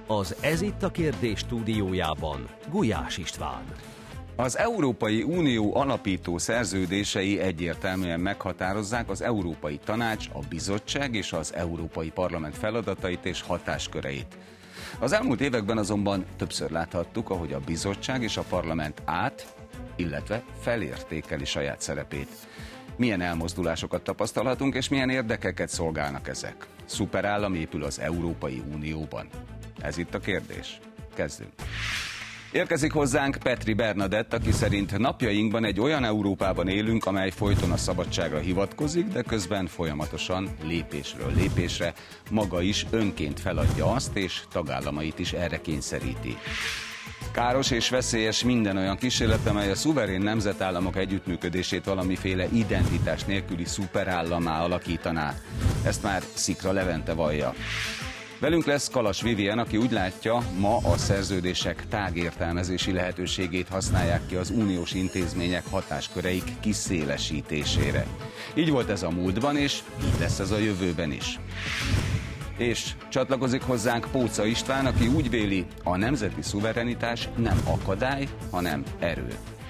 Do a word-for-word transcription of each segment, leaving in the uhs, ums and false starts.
Az Ez itt a kérdés stúdiójában Gulyás István. Az Európai Unió alapító szerződései egyértelműen meghatározzák az Európai Tanács, a Bizottság és az Európai Parlament feladatait és hatásköreit. Az elmúlt években azonban többször láthattuk, ahogy a Bizottság és a Parlament át, illetve felértékeli saját szerepét. Milyen elmozdulásokat tapasztalhatunk, és milyen érdekeket szolgálnak ezek? Szuperállam épül az Európai Unióban. Ez itt a kérdés. Kezdünk. Érkezik hozzánk Petri Bernadett, aki szerint napjainkban egy olyan Európában élünk, amely folyton a szabadságra hivatkozik, de közben folyamatosan lépésről lépésre maga is önként feladja azt, és tagállamait is erre kényszeríti. Káros és veszélyes minden olyan kísérlet, amely a szuverén nemzetállamok együttműködését valamiféle identitás nélküli szuperállammá alakítaná. Ezt már Szikra Levente vallja. Velünk lesz Kalas Vivien, aki úgy látja, ma a szerződések tágértelmezési lehetőségét használják ki az uniós intézmények hatásköreik kiszélesítésére. Így volt ez a múltban, és így lesz ez a jövőben is. És csatlakozik hozzánk Póca István, aki úgy véli, a nemzeti szuverenitás nem akadály, hanem erő.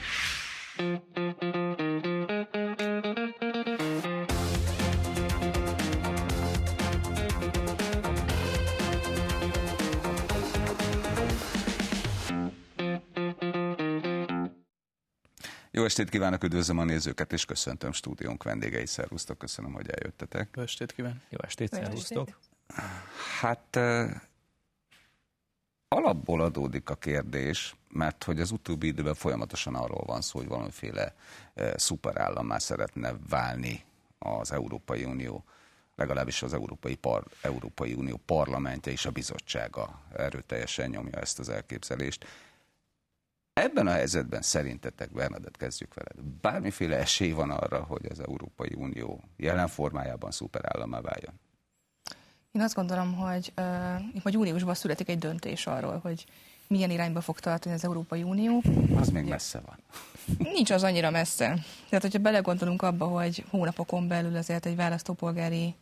Jó estét kívánok, üdvözlöm a nézőket, és köszöntöm stúdiónk vendégeit. Szervusztok, köszönöm, hogy eljöttetek. Jó estét kívánok. Jó estét, szervusztok. Hát uh, alapból adódik a kérdés, mert hogy az utóbbi időben folyamatosan arról van szó, hogy valamiféle uh, szuperállammá szeretne válni az Európai Unió, legalábbis az Európai, Par- Európai Unió parlamentje és a bizottsága erőteljesen nyomja ezt az elképzelést. Ebben a helyzetben szerintetek, Bernadett, kezdjük veled, bármiféle esély van arra, hogy az Európai Unió jelen formájában szuperállammá váljon? Én azt gondolom, hogy uh, majd júliusban születik egy döntés arról, hogy milyen irányba fog tartani az Európai Unió. Az még messze van. Nincs az annyira messze. Tehát, hogyha belegondolunk abba, hogy hónapokon belül azért egy választópolgári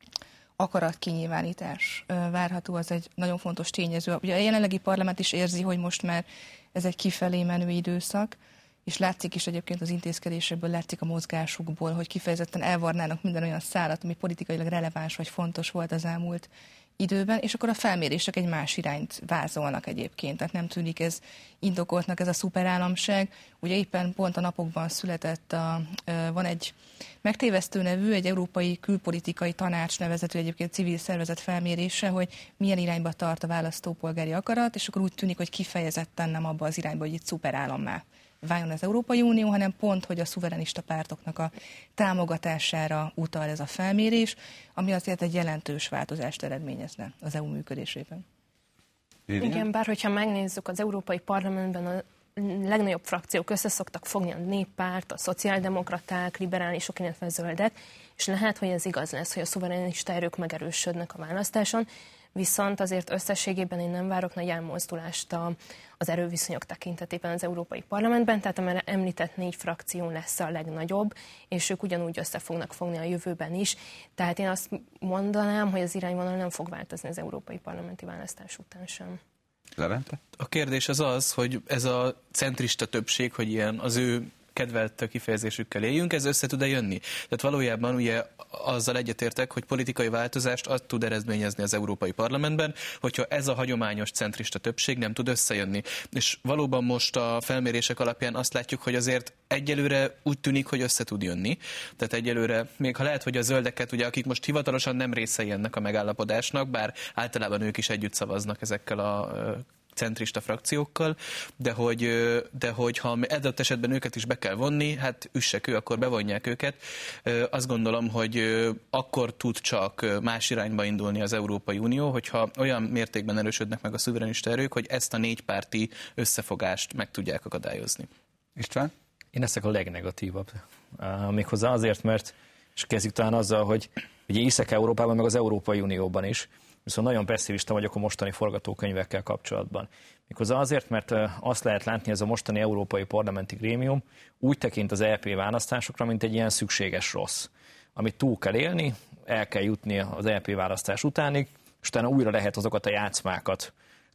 akaratkinyilvánítás várható, az egy nagyon fontos tényező. Ugye a jelenlegi parlament is érzi, hogy most már ez egy kifelé menő időszak, és látszik is egyébként az intézkedésekből, látszik a mozgásukból, hogy kifejezetten elvarnának minden olyan szálat, ami politikailag releváns vagy fontos volt az elmúlt időben, és akkor a felmérések egy más irányt vázolnak egyébként. Tehát nem tűnik ez indokoltnak, ez a szuperállamság. Ugye éppen pont a napokban született, a, van egy megtévesztő nevű, egy európai külpolitikai tanács nevezetű egyébként civil szervezet felmérése, hogy milyen irányba tart a választópolgári akarat, és akkor úgy tűnik, hogy kifejezetten nem abba az irányba, hogy itt szuperállammá váljon az Európai Unió, hanem pont, hogy a szuverenista pártoknak a támogatására utal ez a felmérés, ami azért egy jelentős változást eredményezne az é u működésében. Vivian? Igen, bár hogyha megnézzük, az Európai Parlamentben a legnagyobb frakciók összeszoktak fogni, a Néppárt, a szociáldemokraták, liberálisok, illetve a zöldek, és lehet, hogy ez igaz lesz, hogy a szuverenista erők megerősödnek a választáson, viszont azért összességében én nem várok nagy elmozdulást a, az erőviszonyok tekintetében az Európai Parlamentben, tehát a említett négy frakció lesz a legnagyobb, és ők ugyanúgy össze fognak fogni a jövőben is. Tehát én azt mondanám, hogy az irányvonal nem fog változni az európai parlamenti választás után sem. Levente? A kérdés az az, hogy ez a centrista többség, hogy ilyen az ő kedvelt kifejezésükkel éljünk, ez össze tud-e jönni? Tehát valójában ugye azzal egyetértek, hogy politikai változást azt tud eredményezni az Európai Parlamentben, hogyha ez a hagyományos centrista többség nem tud összejönni. És valóban most a felmérések alapján azt látjuk, hogy azért egyelőre úgy tűnik, hogy össze tud jönni. Tehát egyelőre, még ha lehet, hogy a zöldeket, ugye, akik most hivatalosan nem részei ennek a megállapodásnak, bár általában ők is együtt szavaznak ezekkel a centrista frakciókkal, de hogy, de hogy ha adott esetben őket is be kell vonni, hát üssek ő, akkor bevonják őket. Azt gondolom, hogy akkor tud csak más irányba indulni az Európai Unió, hogyha olyan mértékben erősödnek meg a szuverenista erők, hogy ezt a négypárti összefogást meg tudják akadályozni. István? Én leszek a legnegatívabb. Méghozzá azért, mert, és kezdjük talán azzal, hogy ugye Észak-Európában, meg az Európai Unióban is, viszont nagyon pessimista vagyok a mostani forgatókönyvekkel kapcsolatban. Méghozzá azért, mert azt lehet látni, ez a mostani európai parlamenti grémium úgy tekint az é pé választásokra, mint egy ilyen szükséges rossz, amit túl kell élni, el kell jutni az é pé választás utánig, és utána újra lehet azokat a játszmákat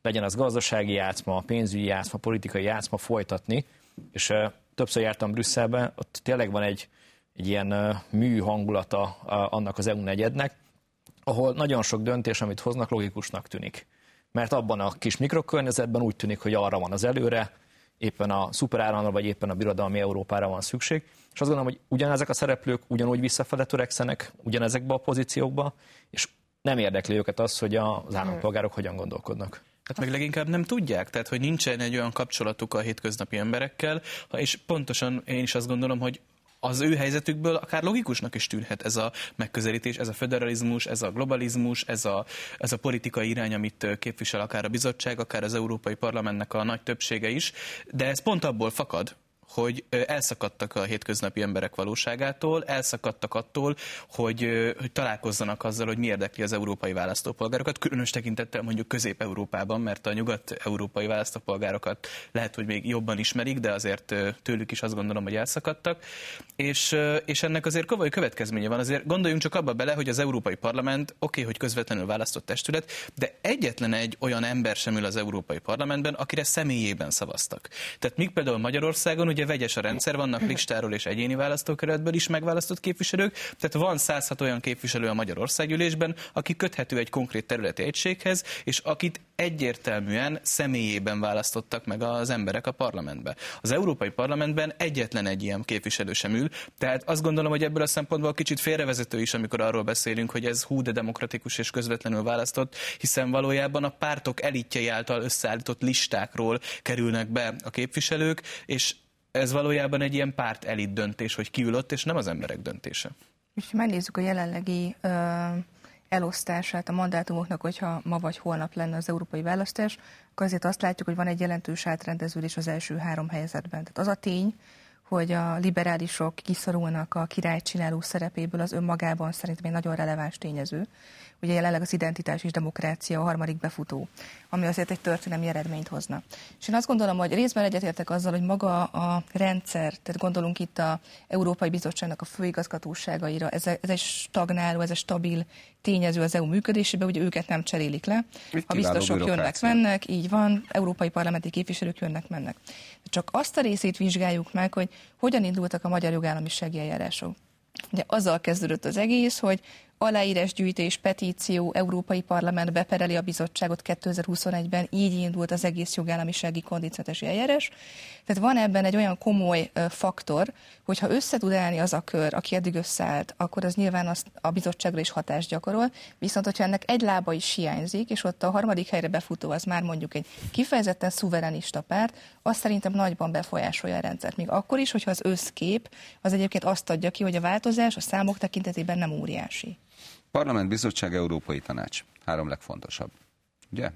legyen az gazdasági játszma, pénzügyi játszma, politikai játszma folytatni, és uh, többször jártam Brüsszelben, ott tényleg van egy, egy ilyen uh, mű hangulata uh, annak az é u negyednek, ahol nagyon sok döntés, amit hoznak, logikusnak tűnik. Mert abban a kis mikrokörnyezetben úgy tűnik, hogy arra van az előre, éppen a szuperáramra, vagy éppen a birodalmi Európára van szükség. És azt gondolom, hogy ugyanezek a szereplők ugyanúgy visszafele törekszenek, ugyanezekbe a pozíciókba, és nem érdekli őket az, hogy az állampolgárok hogyan gondolkodnak. Hát meg leginkább nem tudják, tehát hogy nincsen egy olyan kapcsolatuk a hétköznapi emberekkel, és pontosan én is azt gondolom, hogy az ő helyzetükből akár logikusnak is tűnhet ez a megközelítés, ez a föderalizmus, ez a globalizmus, ez a, ez a politikai irány, amit képvisel akár a bizottság, akár az Európai Parlamentnek a nagy többsége is, de ez pont abból fakad, hogy elszakadtak a hétköznapi emberek valóságától, elszakadtak attól, hogy, hogy találkozzanak azzal, hogy mi érdekli az európai választópolgárokat, különös tekintettel mondjuk Közép-Európában, mert a nyugat-európai választópolgárokat lehet, hogy még jobban ismerik, de azért tőlük is azt gondolom, hogy elszakadtak, és, és ennek azért komoly következménye van. Azért gondoljunk csak abba bele, hogy az Európai Parlament oké, okay, hogy közvetlenül választott testület, de egyetlen egy olyan ember sem ül az Európai Parlamentben, akire személyében szavaztak. Tehát míg például Magyarországon ugye vegyes a rendszer, vannak listáról és egyéni választókerületből is megválasztott képviselők, tehát van száz hat olyan képviselő a Magyar Országgyűlésben, aki köthető egy konkrét területi egységhez, és akit egyértelműen személyében választottak meg az emberek a parlamentbe. Az Európai Parlamentben egyetlen egy ilyen képviselő sem ül, tehát azt gondolom, hogy ebből a szempontból kicsit félrevezető is, amikor arról beszélünk, hogy ez hú de demokratikus és közvetlenül választott, hiszen valójában a pártok elitjei által összeállított listákról kerülnek be a képviselők, és ez valójában egy ilyen párt elit döntés, hogy ki ül ott, és nem az emberek döntése. És ha megnézzük a jelenlegi ö, elosztását a mandátumoknak, hogyha ma vagy holnap lenne az európai választás, akkor azért azt látjuk, hogy van egy jelentős átrendeződés az első három helyzetben. Tehát az a tény, hogy a liberálisok kiszorulnak a királycsináló szerepéből, az önmagában szerintem egy nagyon releváns tényező. Ugye jelenleg az identitás és demokrácia a harmadik befutó, ami azért egy történelmi eredményt hozna. És én azt gondolom, hogy részben egyetértek azzal, hogy maga a rendszer, tehát gondolunk itt az Európai Bizottságnak a főigazgatóságaira, ez, ez egy stagnáló, ez egy stabil tényező az é u működésében, ugye őket nem cserélik le. A biztosok jönnek-mennek, így van, európai parlamenti képviselők jönnek-mennek. Csak azt a részét vizsgáljuk meg, hogy hogyan indultak a magyar jogállamisági eljárások. Ugye azzal kezdődött az egész, hogy aláírásgyűjtés, petíció, Európai Parlament bepereli a bizottságot kétezer-huszonegyben, így indult az egész jogállamisági kondicionális eljárás. Tehát van ebben egy olyan komoly uh, faktor, hogyha össze tud állni az a kör, aki eddig összeállt, akkor az nyilván azt a bizottságra is hatást gyakorol, viszont hogyha ennek egy lába is hiányzik, és ott a harmadik helyre befutó az már mondjuk egy kifejezetten szuverenista párt, az szerintem nagyban befolyásolja a rendszert. Még akkor is, hogyha az összkép az egyébként azt adja ki, hogy a változás a számok tekintetében nem óriási. Parlament, Bizottság, Európai Tanács. Három legfontosabb. Ugye?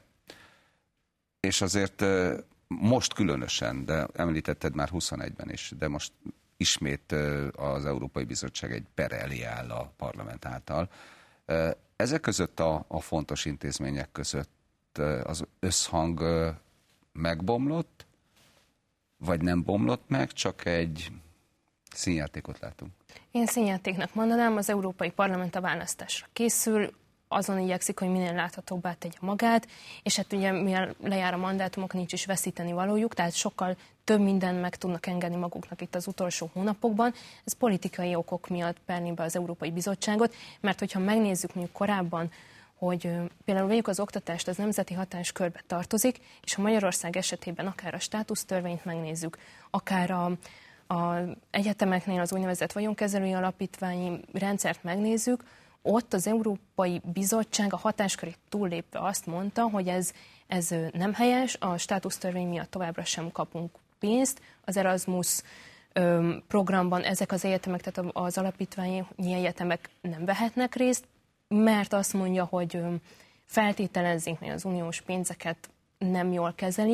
És azért most különösen, de említetted már huszonegyben is, de most ismét az Európai Bizottság egy per elé áll a parlament által. Ezek között a, a fontos intézmények között az összhang megbomlott, vagy nem bomlott meg, csak egy színjátékot látunk. Én színjátéknak mondanám, az Európai Parlament a választásra készül, azon igyekszik, hogy minél láthatóbbá tegye magát, és hát ugye mivel lejár a mandátumok, nincs is veszíteni valójuk, tehát sokkal több mindent meg tudnak engedni maguknak itt az utolsó hónapokban. Ez politikai okok miatt perni be az Európai Bizottságot, mert hogyha megnézzük mondjuk korábban, hogy például vegyük az oktatást, az nemzeti hatáskörbe tartozik, és a Magyarország esetében akár a státusztörvényt megnézzük, akár a az egyetemeknél az úgynevezett vagyonkezelői alapítványi rendszert megnézzük, ott az Európai Bizottság a hatáskörét túllépve azt mondta, hogy ez, ez nem helyes, a státusztörvény miatt továbbra sem kapunk pénzt, az Erasmus programban ezek az egyetemek, tehát az alapítványi egyetemek nem vehetnek részt, mert azt mondja, hogy feltételezik, hogy az uniós pénzeket nem jól kezelik.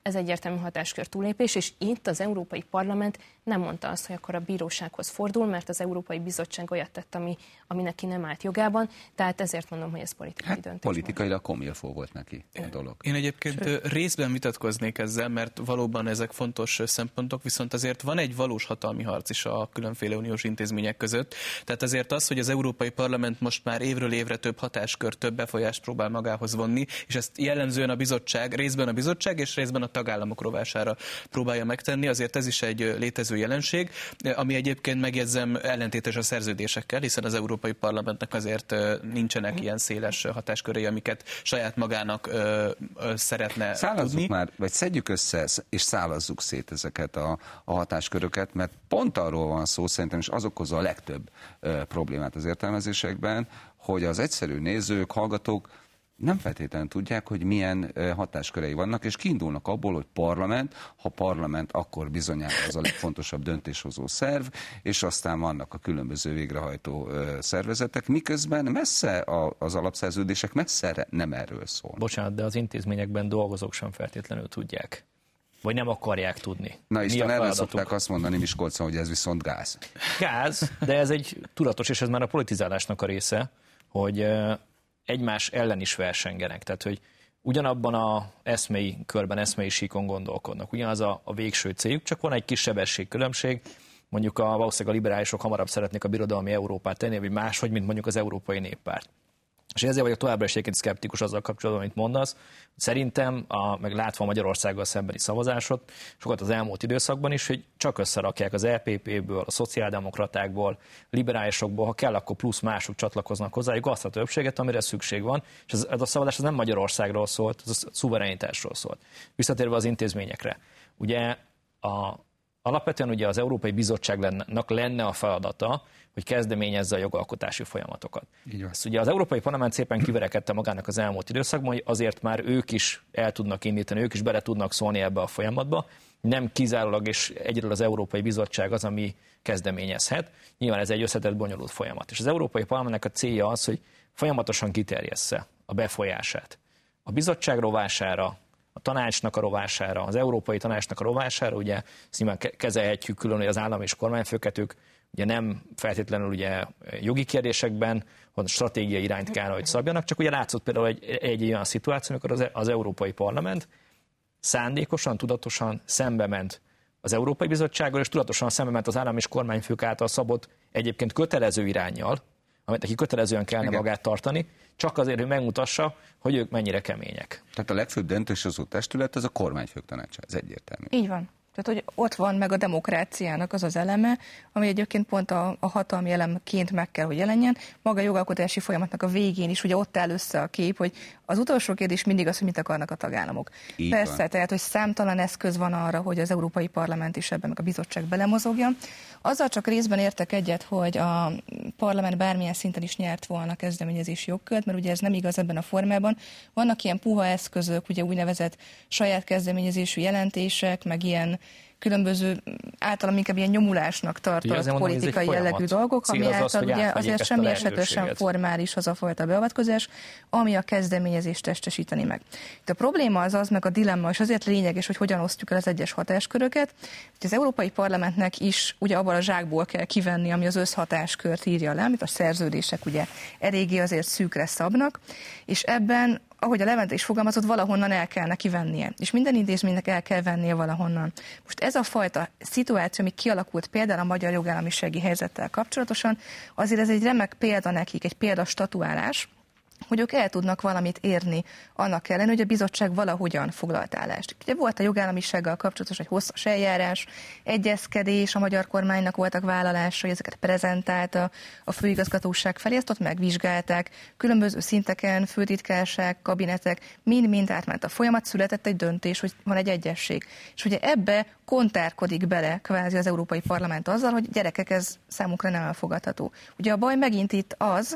ez egyértelmű hatáskör túlépés, és itt az Európai Parlament nem mondta azt, hogy akkor a bírósághoz fordul, mert az Európai Bizottság olyat tett, ami, ami neki nem állt jogában, tehát ezért mondom, hogy ez politikai hát, döntés. Politikailag komilfó volt neki a dolog. Én egyébként Sőt. részben vitatkoznék ezzel, mert valóban ezek fontos szempontok, viszont azért van egy valós hatalmi harc is a különféle uniós intézmények között. Tehát azért az, hogy az Európai Parlament most már évről évre több hatáskört, több befolyást próbál magához vonni, és ezt jellemzően a bizottság, részben a bizottság és részben a tagállamok rovására próbálja megtenni, azért ez is egy létező jelenség, ami egyébként megjegyzem ellentétes a szerződésekkel, hiszen az Európai Parlamentnek azért nincsenek ilyen széles hatáskörei, amiket saját magának ö, ö, szeretne Szálazzuk tudni. már, vagy szedjük össze, és szálazzuk szét ezeket a, a hatásköröket, mert pont arról van szó szerintem, és az okozza a legtöbb ö, problémát az értelmezésekben, hogy az egyszerű nézők, hallgatók nem feltétlenül tudják, hogy milyen hatáskörei vannak, és kiindulnak abból, hogy parlament, ha parlament, akkor bizonyára az a legfontosabb döntéshozó szerv, és aztán vannak a különböző végrehajtó szervezetek, miközben messze az alapszerződések messze nem erről szól. Bocsánat, de az intézményekben dolgozók sem feltétlenül tudják. Vagy nem akarják tudni. Na Isten, erre szokták azt mondani Miskolcon, hogy ez viszont gáz. Gáz, de ez egy tudatos, és ez már a politizálásnak a része, hogy egymás ellen is versengenek. Tehát, hogy ugyanabban a eszmei körben, eszmei síkon gondolkodnak. Ugyanaz a, a végső céljuk, csak van egy kis sebességkülönbség. Mondjuk a, valószínűleg a liberálisok hamarabb szeretnék a birodalmi Európát tenni, vagy máshogy, mint mondjuk az Európai Néppárt. És ezért vagyok továbbra is egyébként szkeptikus azzal kapcsolatban, amit mondasz. Szerintem, a, meg látva Magyarországgal szembeni szavazásot, sokat az elmúlt időszakban is, hogy csak összerakják az é pé péből, a szociáldemokratákból, liberálisokból, ha kell, akkor plusz mások csatlakoznak hozzájuk azt a többséget, amire szükség van. És ez, ez a szavazás az nem Magyarországról szólt, ez a szuverenitásról szólt. Visszatérve az intézményekre. Ugye a, alapvetően ugye az Európai Bizottságnak lenne a feladata, hogy kezdeményezze a jogalkotási folyamatokat. Ezt ugye az Európai Parlament szépen kiverekedte magának az elmúlt időszakban, hogy azért már ők is el tudnak indítani, ők is bele tudnak szólni ebbe a folyamatba. Nem kizárólag és egyről az Európai Bizottság az, ami kezdeményezhet. Nyilván ez egy összetett, bonyolult folyamat. És az Európai Parlamentnek a célja az, hogy folyamatosan kiterjessze a befolyását. A bizottság rovására, a tanácsnak a rovására, az Európai Tanácsnak a rovására, ugye ezt nyilván kezelhetjük külön, hogy az állam és kormányfőket ők ugye nem feltétlenül ugye jogi kérdésekben, hogy stratégiai irányt kell, hogy szabjanak, csak ugye látszott például egy, egy olyan szituáció, amikor az, az Európai Parlament szándékosan, tudatosan szembe ment az Európai Bizottsággal, és tudatosan szembe ment az állam és kormányfők által szabott egyébként kötelező iránnyal, amit neki kötelezően kellene Igen. magát tartani, csak azért, hogy megmutassa, hogy ők mennyire kemények. Tehát a legfőbb döntéshozó testület az a kormányfők tanácsa, ez egyértelmű. Így van. Tehát, hogy ott van meg a demokráciának az az eleme, ami egyébként pont a, a hatalmi elemként meg kell, hogy jelenjen. Maga a jogalkotási folyamatnak a végén is ugye ott áll össze a kép, hogy az utolsó kérdés mindig az, hogy mit akarnak a tagállamok. Így Persze, van. Tehát, hogy számtalan eszköz van arra, hogy az Európai Parlament is ebben meg a bizottság belemozogjon. Azzal csak részben értek egyet, hogy a parlament bármilyen szinten is nyert volna kezdeményezési jogkört, mert ugye ez nem igaz ebben a formában. Vannak ilyen puha eszközök, ugye úgynevezett saját kezdeményezésű jelentések, meg ilyen különböző általam inkább ilyen nyomulásnak tartott mondom, politikai jellegű dolgok, ami által az, ugye azért semmi esetben sem formális az a fajta beavatkozás, ami a kezdeményezést testesíteni meg. Itt a probléma az az, meg a dilemma, és azért lényeges, hogy hogyan osztjuk el az egyes hatásköröket, hogy az Európai Parlamentnek is ugye abban a zsákból kell kivenni, ami az összhatáskört írja le, amit a szerződések ugye eléggé azért szűkre szabnak, és ebben ahogy a Levente is fogalmazott, valahonnan el kell neki vennie. És minden intézménynek el kell vennie valahonnan. Most ez a fajta szituáció, ami kialakult például a magyar jogállamisági helyzettel kapcsolatosan, azért ez egy remek példa nekik, egy példastatuálás, hogy ők el tudnak valamit érni annak ellenére, hogy a bizottság valahogyan foglalt állást. Ugye volt a jogállamisággal kapcsolatos egy hosszas eljárás, egyezkedés, a magyar kormánynak voltak vállalásai, hogy ezeket prezentálta a főigazgatóság felé, ezt ott megvizsgálták, különböző szinteken, főtitkárság, kabinetek, mind-mind átment a folyamat, született egy döntés, hogy van egy egyesség. És ugye ebbe kontárkodik bele kvázi az Európai Parlament azzal, hogy gyerekek, ez számukra nem elfogadható. Ugye a baj megint itt az,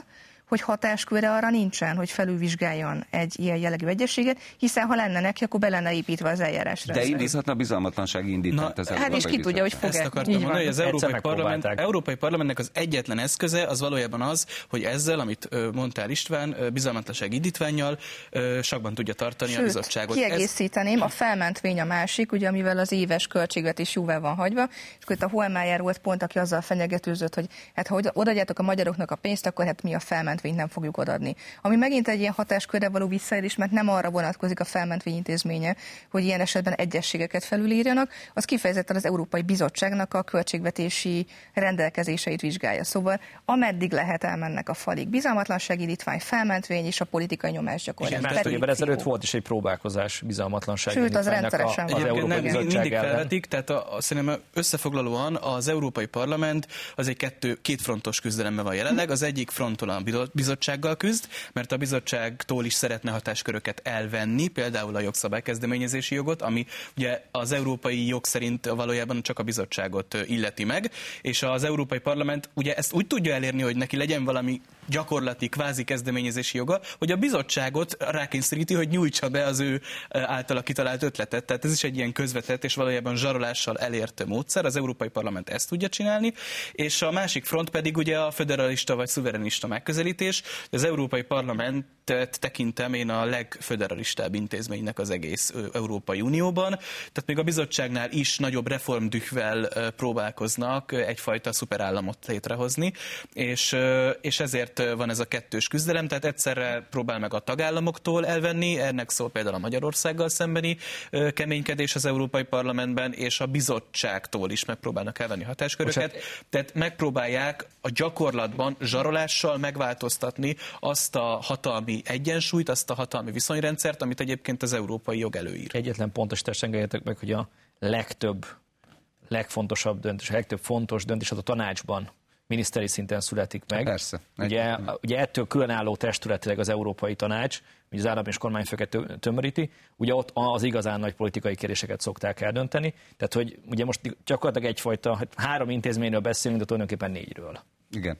hogy hatásköre arra nincsen, hogy felülvizsgáljon egy ilyen jellegű egyességet, hiszen ha lenne neki, akkor be lenne építve az eljárásra. De indíthatna bizalmatlansági indítványt az Hát és ki tudja, hogy fog-e. Ezt akartam mondani, hogy az Európai, Parlament, Európai Parlamentnek az egyetlen eszköze az valójában az, hogy ezzel, amit mondtál István, bizalmatlansági indítvánnyal sakban tudja tartani Sőt, a bizottságot. Kiegészíteném, Ez... a felmentvény a másik, ugye amivel az éves költségvetés jóvá van hagyva, és akkor itt a Hohlmeier volt pont, aki azzal fenyegetőzött, hogy hát ha odaadjátok a magyaroknak a pénzt, akkor hát mi a felmentvényt nem fogjuk odaadni. Ami megint egy ilyen hatáskörre való visszaélés, mert nem arra vonatkozik a felmentvény intézménye, hogy ilyen esetben egyességeket felülírjanak, az kifejezetten az Európai Bizottságnak a költségvetési rendelkezéseit vizsgálja. Szóval ameddig lehet elmennek a falig. Bizalmatlansági indítvány, felmentvény és a politikai nyomásgyakorlás. Másfél évvel ezelőtt volt is egy próbálkozás bizalmatlansági Sőt, az rendszeresen az van. Európai nem, Bizottság mindig ellen. felvetik, tehát a, a, szerintem összefoglalóan az Európai Parlament az egy kettő, kétfrontos küzdelemben van jelenleg. Az egyik fronton a bizottsággal küzd, mert a bizottságtól is szeretne hatásköröket elvenni, például a jogszabálykezdeményezési jogot, ami ugye az európai jog szerint valójában csak a bizottságot illeti meg, és az Európai Parlament ugye ezt úgy tudja elérni, hogy neki legyen valami gyakorlati, kvázi kezdeményezési joga, hogy a bizottságot rákényszeríti, hogy nyújtsa be az ő általa kitalált ötletet. Tehát ez is egy ilyen közvetett és valójában zsarolással elért módszer. Az Európai Parlament ezt tudja csinálni, és a másik front pedig ugye a föderalista vagy szuverenista megközelítés. Az Európai Parlamentet tekintem én a legföderalistább intézménynek az egész Európai Unióban. Tehát még a bizottságnál is nagyobb reformdühvel próbálkoznak egyfajta szuperállamot létrehozni, és, és ezért van ez a kettős küzdelem, tehát egyszerre próbál meg a tagállamoktól elvenni, ennek szól például a Magyarországgal szembeni keménykedés az Európai Parlamentben, és a bizottságtól is megpróbálnak elvenni hatásköröket, tehát megpróbálják a gyakorlatban zsarolással megváltoztatni azt a hatalmi egyensúlyt, azt a hatalmi viszonyrendszert, amit egyébként az európai jog előír. Egyetlen pontosítást engedjetek meg, hogy a legtöbb, legfontosabb döntés, a legtöbb fontos döntés az a tanácsban miniszteri szinten születik meg. Persze. Ugye, ugye ettől különálló testületileg az Európai Tanács, ugye az állam és kormányfőket tömöríti, ugye ott az igazán nagy politikai kérdéseket szokták eldönteni, tehát hogy ugye most gyakorlatilag egyfajta, három intézményről beszélünk, de tulajdonképpen négyről. Igen,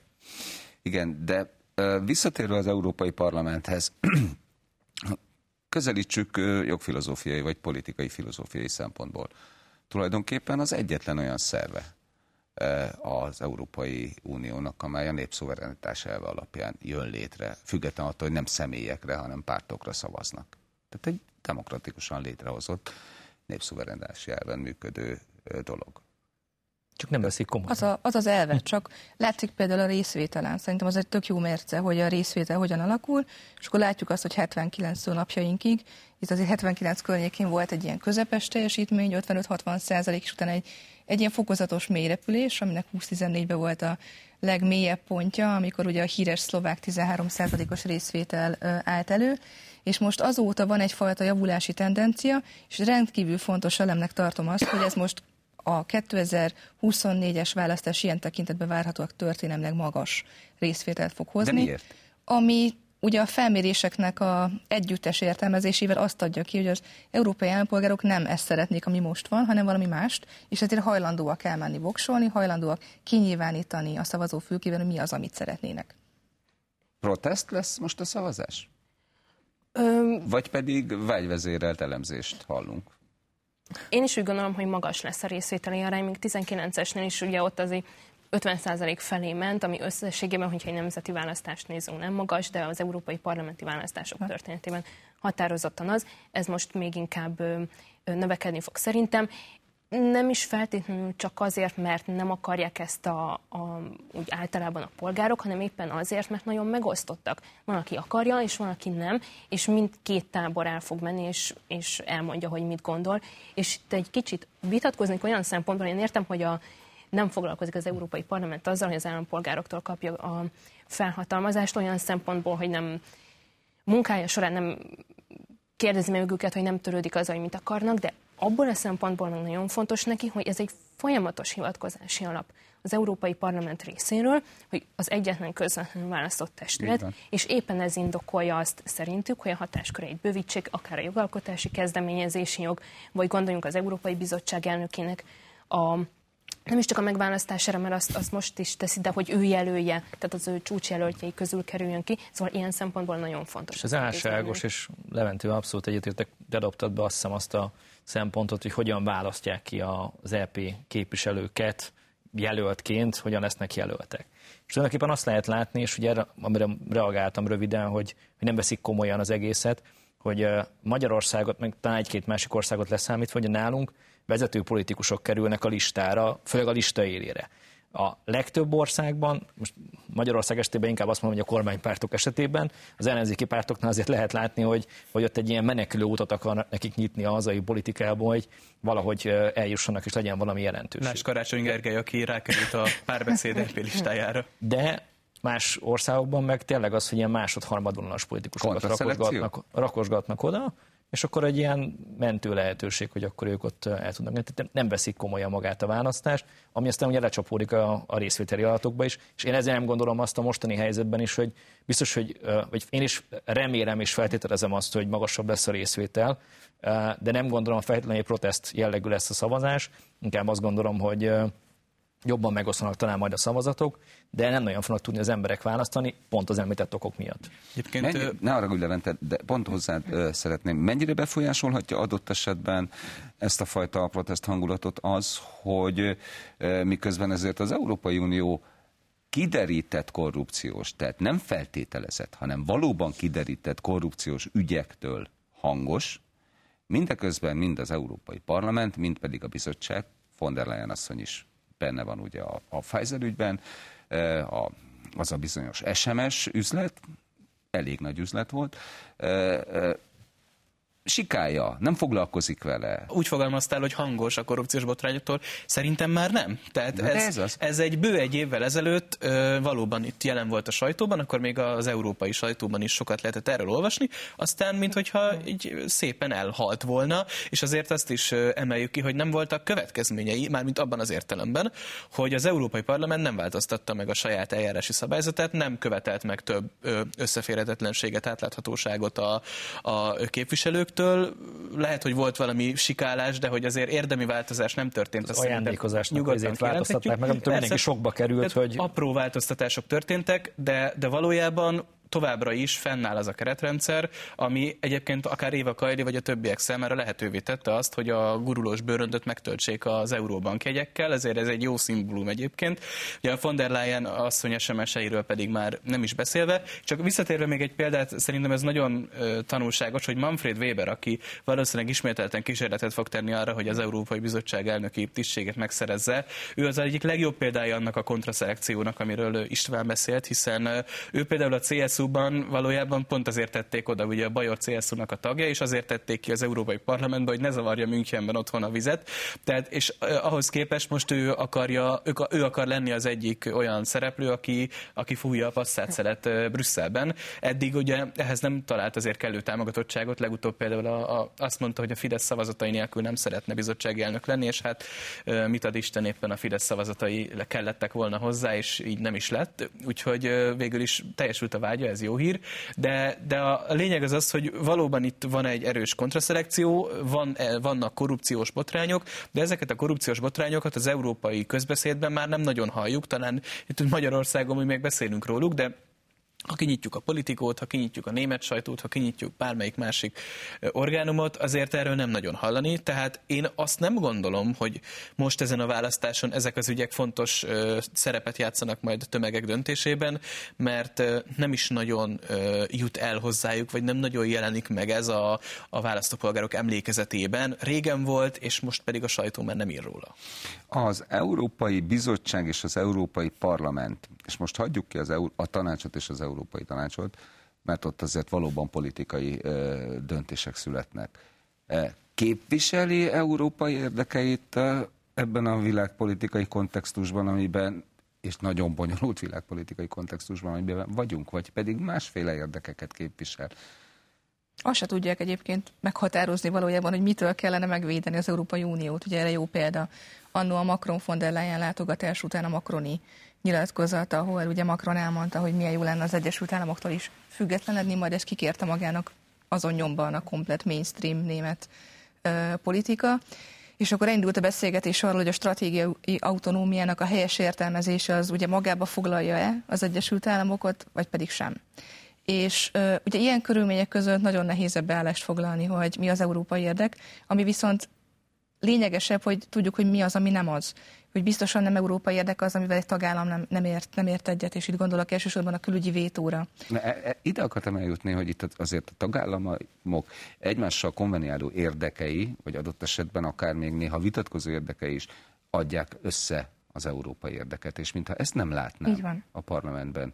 Igen, de visszatérve az Európai Parlamenthez, közelítsük jogfilozófiai vagy politikai filozófiai szempontból. Tulajdonképpen az egyetlen olyan szerve az Európai Uniónak, amely a népszuverenitás elve alapján jön létre, függetlenül attól, hogy nem személyekre, hanem pártokra szavaznak. Tehát egy demokratikusan létrehozott népszuverenitási elven működő dolog. Csak nem veszik komolyan. Az, a, az az elve, csak látszik például a részvételen. Szerintem az egy tök jó mérce, hogy a részvétel hogyan alakul, és akkor látjuk azt, hogy hetvenkilenc napjainkig, itt azért hetvenkilenc környékén volt egy ilyen közepes teljesítmény, ötvenöt-hatvan százalék, és utána egy, egy ilyen fokozatos mélyrepülés, aminek húsz tizennégyben volt a legmélyebb pontja, amikor ugye a híres szlovák tizenhárom százalékos részvétel állt elő, és most azóta van egyfajta javulási tendencia, és rendkívül fontos elemnek tartom azt, hogy ez most a kétezer-huszonnégyes választás ilyen tekintetben várhatóak történelmileg magas részvételt fog hozni. De miért? Ami ugye a felméréseknek a együttes értelmezésével azt adja ki, hogy az európai állampolgárok nem ezt szeretnék, ami most van, hanem valami mást, és ezért hajlandóak elmenni voksolni, hajlandóak kinyilvánítani a szavazófülkében, hogy mi az, amit szeretnének. Protest lesz most a szavazás? Öm... Vagy pedig vágyvezérelt elemzést hallunk? Én is úgy gondolom, hogy magas lesz a részvételi arány, még tizenkilencesnél is ugye ott azért ötven százalék felé ment, ami összességében, hogyha egy nemzeti választást nézünk, nem magas, de az európai parlamenti választások történetében határozottan az. Ez most még inkább növekedni fog szerintem. Nem is feltétlenül csak azért, mert nem akarják ezt a, a, úgy általában a polgárok, hanem éppen azért, mert nagyon megosztottak. Van, aki akarja, és van, aki nem, és mindkét tábor el fog menni, és, és elmondja, hogy mit gondol. És itt egy kicsit vitatkoznék olyan szempontból, én értem, hogy a, nem foglalkozik az Európai Parlament azzal, hogy az állampolgároktól kapja a felhatalmazást, olyan szempontból, hogy nem munkája során nem kérdezi meg őket, hogy nem törődik azzal, hogy mit akarnak, de abból a szempontból nagyon fontos neki, hogy ez egy folyamatos hivatkozási alap az Európai Parlament részéről, hogy az egyetlen közvetlenül választott testület, és éppen ez indokolja azt szerintük, hogy a hatásköreit bővítsék, akár a jogalkotási kezdeményezési jog, vagy gondoljunk az Európai Bizottság elnökének a nem is csak a megválasztására, mert azt, azt most is teszi, de hogy ő jelölje, tehát az ő csúcsjelöltjei közül kerüljön ki. Szóval ilyen szempontból nagyon fontos. És ez álságos, és Leventő abszolút egyetértek, de dobtad be azt hiszem azt a szempontot, hogy hogyan választják ki az é pé képviselőket jelöltként, hogyan lesznek jelöltek. És tulajdonképpen azt lehet látni, és ugye erre, amire reagáltam röviden, hogy, hogy nem veszik komolyan az egészet, hogy Magyarországot, meg talán egy-két másik országot leszámítva, hogy nálunk vezető politikusok kerülnek a listára, főleg a lista élére. A legtöbb országban, most Magyarország esetében inkább azt mondom, hogy a kormánypártok esetében, az ellenzéki pártoknál azért lehet látni, hogy, hogy ott egy ilyen menekülő utat akar nekik nyitni a hazai politikából, hogy valahogy eljussanak és legyen valami jelentőség. Lásd Karácsony Gergely, aki rákerült a Párbeszéd é pé listájára. De más országokban meg tényleg az, hogy ilyen másod-harmadvonalas politikusokat rakosgatnak, rakosgatnak oda, és akkor egy ilyen mentő lehetőség, hogy akkor ők ott el tudnak. Tehát nem veszik komolyan magát a választást, ami aztán ugye lecsapódik a, a részvételi adatokba is, és én ezért nem gondolom azt a mostani helyzetben is, hogy biztos, hogy vagy én is remélem és feltételezem azt, hogy magasabb lesz a részvétel, de nem gondolom feltétlenül, hogy protest jellegű lesz a szavazás, inkább azt gondolom, hogy jobban megosztanak talán majd a szavazatok, de nem nagyon fognak tudni az emberek választani, pont az említett okok miatt. Mennyi, ö... Ne arra, hogy Levente, de pont hozzád ö, szeretném. Mennyire befolyásolhatja adott esetben ezt a fajta protest hangulatot az, hogy ö, miközben ezért az Európai Unió kiderített korrupciós, tehát nem feltételezett, hanem valóban kiderített korrupciós ügyektől hangos, mindeközben mind az Európai Parlament, mind pedig a bizottság, von der Leyen asszony is benne van ugye a, a Pfizer ügyben, a, az a bizonyos es em es üzlet, elég nagy üzlet volt, sikálja, nem foglalkozik vele. Úgy fogalmaztál, hogy hangos a korrupciós botrányoktól, szerintem már nem. Tehát ez, ez, ez egy bő egy évvel ezelőtt ö, valóban itt jelen volt a sajtóban, akkor még az európai sajtóban is sokat lehetett erről olvasni, aztán minthogyha így szépen elhalt volna, és azért azt is ö, emeljük ki, hogy nem voltak következményei, mármint abban az értelemben, hogy az Európai Parlament nem változtatta meg a saját eljárási szabályzatát, nem követelt meg több ö, összeférhetetlenséget, átláthatóságot a, a képviselők. Lehet, hogy volt valami sikálás, de hogy azért érdemi változás nem történt. Az ajándékozásnak azért változtatták meg, amitől mindenki sokba került, hogy... Apró változtatások történtek, de, de valójában továbbra is fennáll az a keretrendszer, ami egyébként akár Éva Kaili vagy a többiek számára lehetővé tette azt, hogy a gurulós bőröndöt megtöltsék az euróbank jegyekkel, ezért ez egy jó szimbólum egyébként. Ugye a von der Leyen asszony es em es-eiről pedig már nem is beszélve. Csak visszatérve még egy példát, szerintem ez nagyon uh, tanulságos, hogy Manfred Weber, aki valószínűleg ismételten kísérletet fog tenni arra, hogy az Európai Bizottság elnöki tisztségét megszerezze, ő az egyik legjobb példája annak a kontraszelekciónak, amiről István beszélt, hiszen uh, ő például a cé es u-ban valójában pont azért tették oda, ugye a Bajor cé es u-nak a tagja, és azért tették ki az Európai Parlamentbe, hogy ne zavarja Münchenben otthon a vizet. Tehát, és eh, ahhoz képest most ő akarja, ő, ő akar lenni az egyik olyan szereplő, aki, aki fújja a passzát eh, Brüsszelben. Eddig ugye ehhez nem talált azért kellő támogatottságot, legutóbb például a, a, azt mondta, hogy a Fidesz szavazatai nélkül nem szeretne bizottsági elnök lenni, és hát eh, mit ad Isten, éppen a Fidesz szavazatai kellettek volna hozzá, és így nem is lett. Úgyhogy eh, végül is teljesült a vágya, ez jó hír, de, de a lényeg az az, hogy valóban itt van egy erős kontraszelekció, van, vannak korrupciós botrányok, de ezeket a korrupciós botrányokat az európai közbeszédben már nem nagyon halljuk, talán itt Magyarországon mi még beszélünk róluk, de ha kinyitjuk a Politikót, ha kinyitjuk a német sajtót, ha kinyitjuk bármelyik másik orgánumot, azért erről nem nagyon hallani. Tehát én azt nem gondolom, hogy most ezen a választáson ezek az ügyek fontos szerepet játszanak majd a tömegek döntésében, mert nem is nagyon jut el hozzájuk, vagy nem nagyon jelenik meg ez a, a választópolgárok emlékezetében. Régen volt, és most pedig a sajtó már nem ír róla. Az Európai Bizottság és az Európai Parlament, és most hagyjuk ki az, a tanácsot és az Európai Tanácsot, mert ott azért valóban politikai ö, döntések születnek. Képviseli európai érdekeit ebben a világpolitikai kontextusban, amiben, és nagyon bonyolult világpolitikai kontextusban, amiben vagyunk, vagy pedig másféle érdekeket képvisel? Azt se tudják egyébként meghatározni valójában, hogy mitől kellene megvédeni az Európai Uniót. Ugye erre jó példa. Annó a Macron-von der Leyen látogatás után a Macroni nyilatkozata, ahol ugye Macron elmondta, hogy milyen jó lenne az Egyesült Államoktól is függetlenedni, majd ezt kikérte magának azon nyomban a komplet mainstream német ö, politika. És akkor elindult a beszélgetés arról, hogy a stratégiai autonómiának a helyes értelmezése az ugye magába foglalja-e az Egyesült Államokat, vagy pedig sem. És uh, ugye ilyen körülmények között nagyon nehéz ebbe állást foglalni, hogy mi az európai érdek, ami viszont lényegesebb, hogy tudjuk, hogy mi az, ami nem az. Hogy biztosan nem európai érdek az, amivel egy tagállam nem, nem, ért, nem ért egyet, és itt gondolok elsősorban a külügyi vétóra. Na, e, e, ide akartam eljutni, hogy itt azért a tagállamok egymással konveniáló érdekei, vagy adott esetben akár még néha vitatkozó érdekei is adják össze az európai érdeket, és mintha ezt nem látnám a parlamentben,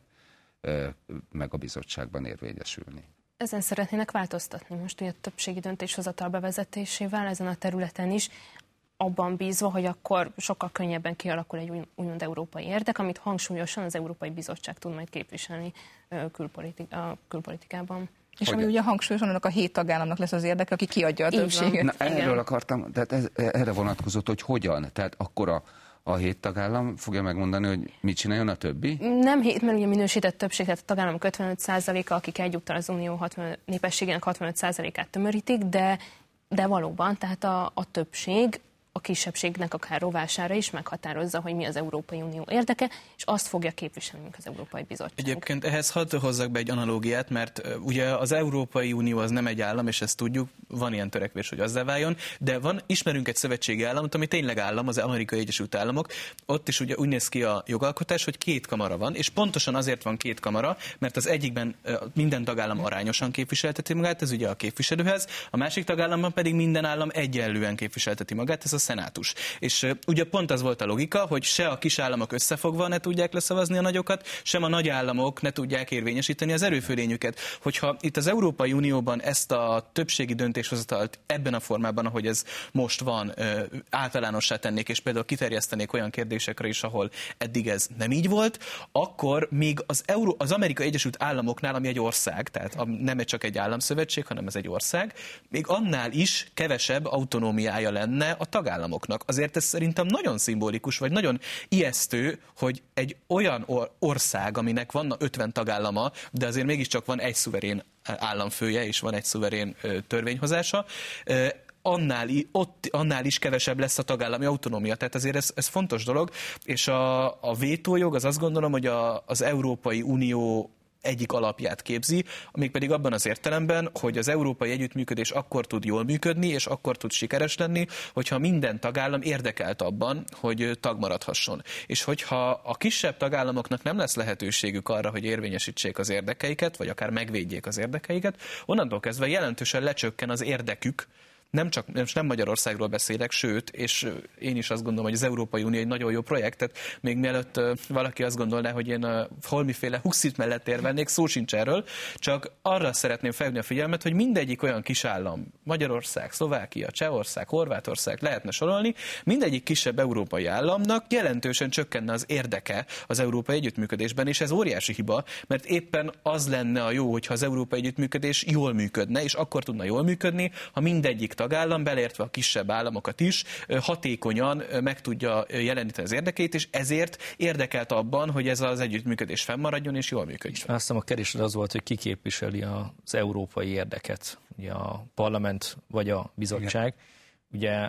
meg a bizottságban érvényesülni. Ezen szeretnének változtatni most ugye a többségi döntéshozatal bevezetésével ezen a területen is, abban bízva, hogy akkor sokkal könnyebben kialakul egy úgymond európai érdek, amit hangsúlyosan az Európai Bizottság tud majd képviselni külpolitik- a külpolitikában. És ami ugye hangsúlyosan annak a hét tagállamnak lesz az érdeke, aki kiadja a többséget. Na, erről akartam, tehát ez, erre vonatkozott, hogy hogyan, tehát akkor a A hét tagállam fogja megmondani, hogy mit csináljon a többi? Nem hét, mert ugye minősített többség, tehát a tagállamok ötvenöt százaléka, akik egyúttal az unió hatvan, népességének hatvanöt százalékát tömörítik, de, de valóban, tehát a, a többség a kisebbségnek akár rovására is meghatározza, hogy mi az Európai Unió érdeke, és azt fogja képviselnünk az Európai Bizottság. Egyébként ehhez hadd hozzak be egy analógiát, mert uh, ugye az Európai Unió az nem egy állam, és ezt tudjuk, van ilyen törekvés, hogy azzá váljon, de van, ismerünk egy szövetségi államot, ami tényleg állam, az Amerikai Egyesült Államok. Ott is ugye úgy néz ki a jogalkotás, hogy két kamara van, és pontosan azért van két kamara, mert az egyikben uh, minden tagállam arányosan képviselteti magát, ez ugye a képviselőház, a másik tagállamban pedig minden állam egyenlően képviselteti magát, ez a szenátus. És uh, ugye pont az volt a logika, hogy se a kis államok összefogva ne tudják leszavazni a nagyokat, sem a nagy államok ne tudják érvényesíteni az erőfölényüket. Hogyha itt az Európai Unióban ezt a többségi döntéshozatalt ebben a formában, ahogy ez most van, uh, általánossá tennék, és például kiterjesztenék olyan kérdésekre is, ahol eddig ez nem így volt, akkor még az, Euró- az Amerikai Egyesült Államoknál, ami egy ország, tehát nem csak egy államszövetség, hanem ez egy ország, még annál is kevesebb autonómiája lenne a tagállamoknak. Azért ez szerintem nagyon szimbolikus, vagy nagyon ijesztő, hogy egy olyan or- ország, aminek van ötven tagállama, de azért mégiscsak van egy szuverén államfője, és van egy szuverén ö, törvényhozása, ö, annál, ott, annál is kevesebb lesz a tagállami autonómia. Tehát azért ez, ez fontos dolog, és a, a vétójog az azt gondolom, hogy a, az Európai Unió egyik alapját képzi, amíg pedig abban az értelemben, hogy az európai együttműködés akkor tud jól működni, és akkor tud sikeres lenni, hogyha minden tagállam érdekelt abban, hogy tag maradhasson. És hogyha a kisebb tagállamoknak nem lesz lehetőségük arra, hogy érvényesítsék az érdekeiket, vagy akár megvédjék az érdekeiket, onnantól kezdve jelentősen lecsökken az érdekük. Nem csak nem, nem Magyarországról beszélek, sőt, és én is azt gondolom, hogy az Európai Unió egy nagyon jó projekt, tehát még mielőtt valaki azt gondolná, hogy én a holmiféle Huxit mellett érvelnék, szó sincs erről, csak arra szeretném felhívni a figyelmet, hogy mindegyik olyan kisállam, Magyarország, Szlovákia, Csehország, Horvátország, lehetne sorolni, mindegyik kisebb európai államnak jelentősen csökkenne az érdeke az európai együttműködésben, és ez óriási hiba, mert éppen az lenne a jó, hogyha az európai együttműködés jól működne, és akkor tudna jól működni, ha mindegyik tagállam, beleértve a kisebb államokat is, hatékonyan meg tudja jeleníteni az érdekét, és ezért érdekelt abban, hogy ez az együttműködés fennmaradjon és jól működjön. Azt hiszem a kérdés az volt, hogy ki képviseli az európai érdeket, ugye a parlament vagy a bizottság. Ugye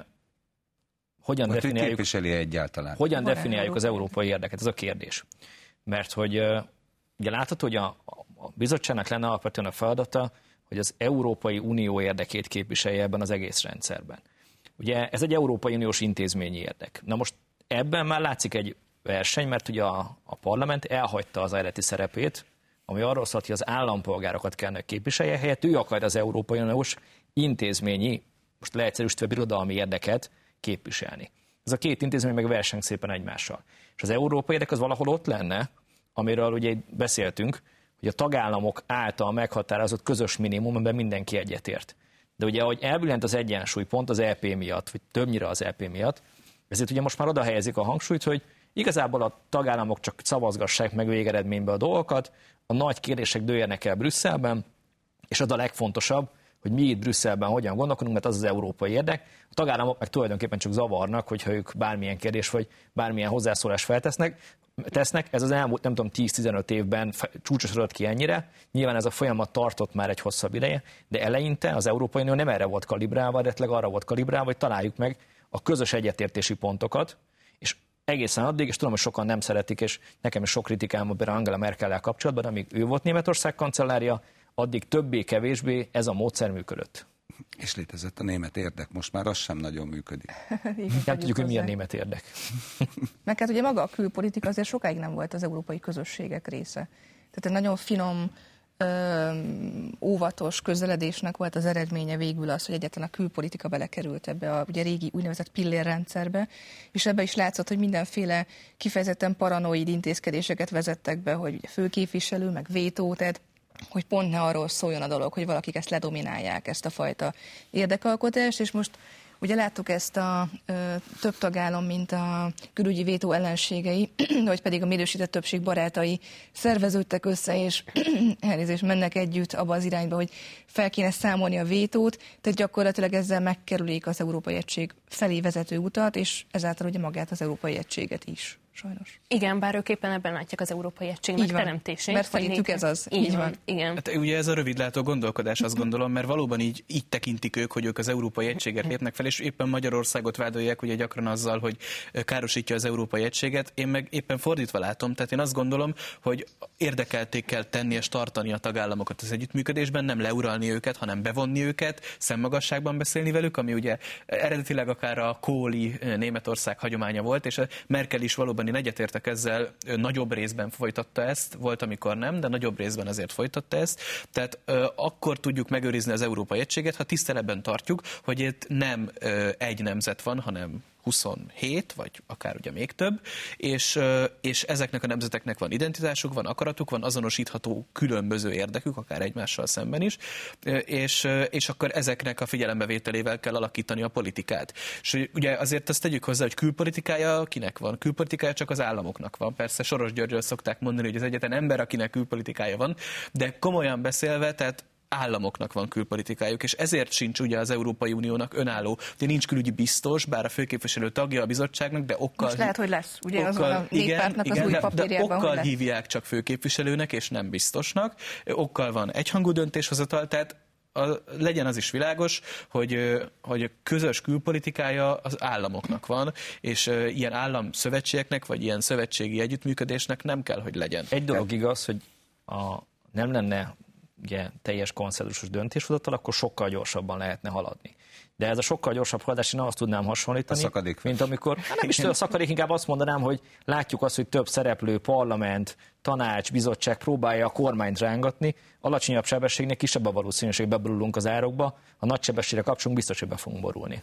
hogyan hát definiáljuk, képviseli egyáltalán? Hogyan definiáljuk az európai érdeket? Ez a kérdés. Mert hogy ugye látható, hogy a, a bizottságnak lenne alapvetően a feladata, hogy az Európai Unió érdekét képviselje ebben az egész rendszerben. Ugye ez egy Európai Uniós intézményi érdek. Na most ebben már látszik egy verseny, mert ugye a, a parlament elhagyta az eredeti szerepét, ami arról szólt, hogy az állampolgárokat kellene képviselje, helyett ő akar az Európai Uniós intézményi, most leegyszerűsítve birodalmi érdeket képviselni. Ez a két intézmény meg verseng szépen egymással. És az európai érdek az valahol ott lenne, amiről ugye beszéltünk, hogy a tagállamok által meghatározott közös minimum, amiben mindenki egyetért. De ugye, ahogy elbillent az egyensúly pont az é pé miatt, vagy többnyire az é pé miatt, ezért ugye most már oda helyezik a hangsúlyt, hogy igazából a tagállamok csak szavazgassák meg végeredménybe a dolgokat, a nagy kérdések dőljenek el Brüsszelben, és az a legfontosabb, hogy mi itt Brüsszelben hogyan gondolkodunk, mert az az európai érdek. A tagállamok meg tulajdonképpen csak zavarnak, hogyha ők bármilyen kérdés vagy bármilyen hozzászólást feltesznek, tesznek. Ez az elmúlt, nem tudom, tíz-tizenöt évben csúcsosodott ki ennyire. Nyilván ez a folyamat tartott már egy hosszabb ideje, de eleinte az Európai Unió nem erre volt kalibrálva, de arra volt kalibrálva, hogy találjuk meg a közös egyetértési pontokat, és egészen addig, és tudom, hogy sokan nem szeretik, és nekem is sok kritikám van Angela Merkellel kapcsolatban, amíg ő volt Németország kancellárja, addig többé-kevésbé ez a módszer működött. És létezett a német érdek, most már az sem nagyon működik. Nem tudjuk, hogy milyen német érdek. Meg hát ugye maga a külpolitika azért sokáig nem volt az európai közösségek része. Tehát egy nagyon finom, ö, óvatos közeledésnek volt az eredménye végül az, hogy egyáltalán a külpolitika belekerült ebbe a ugye régi úgynevezett pillérrendszerbe, és ebbe is látszott, hogy mindenféle kifejezetten paranoid intézkedéseket vezettek be, hogy ugye főképviselő, meg vétó, tehát hogy pont ne arról szóljon a dolog, hogy valakik ezt ledominálják, ezt a fajta érdekalkotást, és most ugye láttuk ezt a ö, több tagállam, mint a külügyi vétó ellenségei, vagy pedig a minősített többség barátai szerveződtek össze, és elnézést mennek együtt abba az irányba, hogy fel kéne számolni a vétót, tehát gyakorlatilag ezzel megkerülik az Európai Egység felé vezető utat, és ezáltal ugye magát az Európai Egységet is. Sajnos. Igen, bár ők éppen ebben látják az Európai Egység így megteremtését. Mert szerintük ez az. Így, így van. van. Igen. Hát ugye ez a rövidlátó gondolkodás, azt gondolom, mert valóban így, így tekintik ők, hogy ők az Európai Egységet lépnek fel, és éppen Magyarországot vádolják ugye gyakran azzal, hogy károsítja az Európai Egységet. Én meg éppen fordítva látom, tehát én azt gondolom, hogy érdekelték kell tenni és tartani a tagállamokat az együttműködésben, nem leuralni őket, hanem bevonni őket, szemmagasságban beszélni velük, ami ugye eredetileg akár a Kohli Németország hagyománya volt, és a Merkel is valóban én egyetértek ezzel, nagyobb részben folytatta ezt, volt amikor nem, de nagyobb részben azért folytatta ezt. Tehát ö, akkor tudjuk megőrizni az Európai Egységet, ha tiszteletben tartjuk, hogy itt nem ö, egy nemzet van, hanem huszonhét, vagy akár ugye még több, és, és ezeknek a nemzeteknek van identitásuk, van akaratuk, van azonosítható különböző érdekük, akár egymással szemben is, és, és akkor ezeknek a figyelembevételével kell alakítani a politikát. És ugye azért azt tegyük hozzá, hogy külpolitikája kinek van? Külpolitikája csak az államoknak van. Persze Soros Györgyről szokták mondani, hogy az egyetlen ember, akinek külpolitikája van, de komolyan beszélve, tehát államoknak van külpolitikájuk, és ezért sincs ugye az Európai Uniónak önálló, ugye nincs külügyi biztos, bár a főképviselő tagja a bizottságnak, de okkal... Most lehet, hogy lesz, ugye okkal, az van a néppártnak az új papírjában. De okkal hívják csak főképviselőnek, és nem biztosnak, okkal van egyhangú döntéshozatal, tehát a, legyen az is világos, hogy, hogy a közös külpolitikája az államoknak van, és ilyen államszövetségeknek, vagy ilyen szövetségi együttműködésnek nem kell, hogy legyen. Egy dolog igaz, hogy a, nem lenne ugye, teljes konszenzusos döntéshozatal, akkor sokkal gyorsabban lehetne haladni. De ez a sokkal gyorsabb haladás, én azt tudnám hasonlítani, mint amikor, hát nem is a szakadék, inkább azt mondanám, hogy látjuk azt, hogy több szereplő, parlament, tanács, bizottság próbálja a kormányt rángatni, alacsonyabb sebességnek kisebb a valószínűség, beborulunk az árokba, a nagy sebességre kapcsolunk, biztos, hogy be fogunk borulni.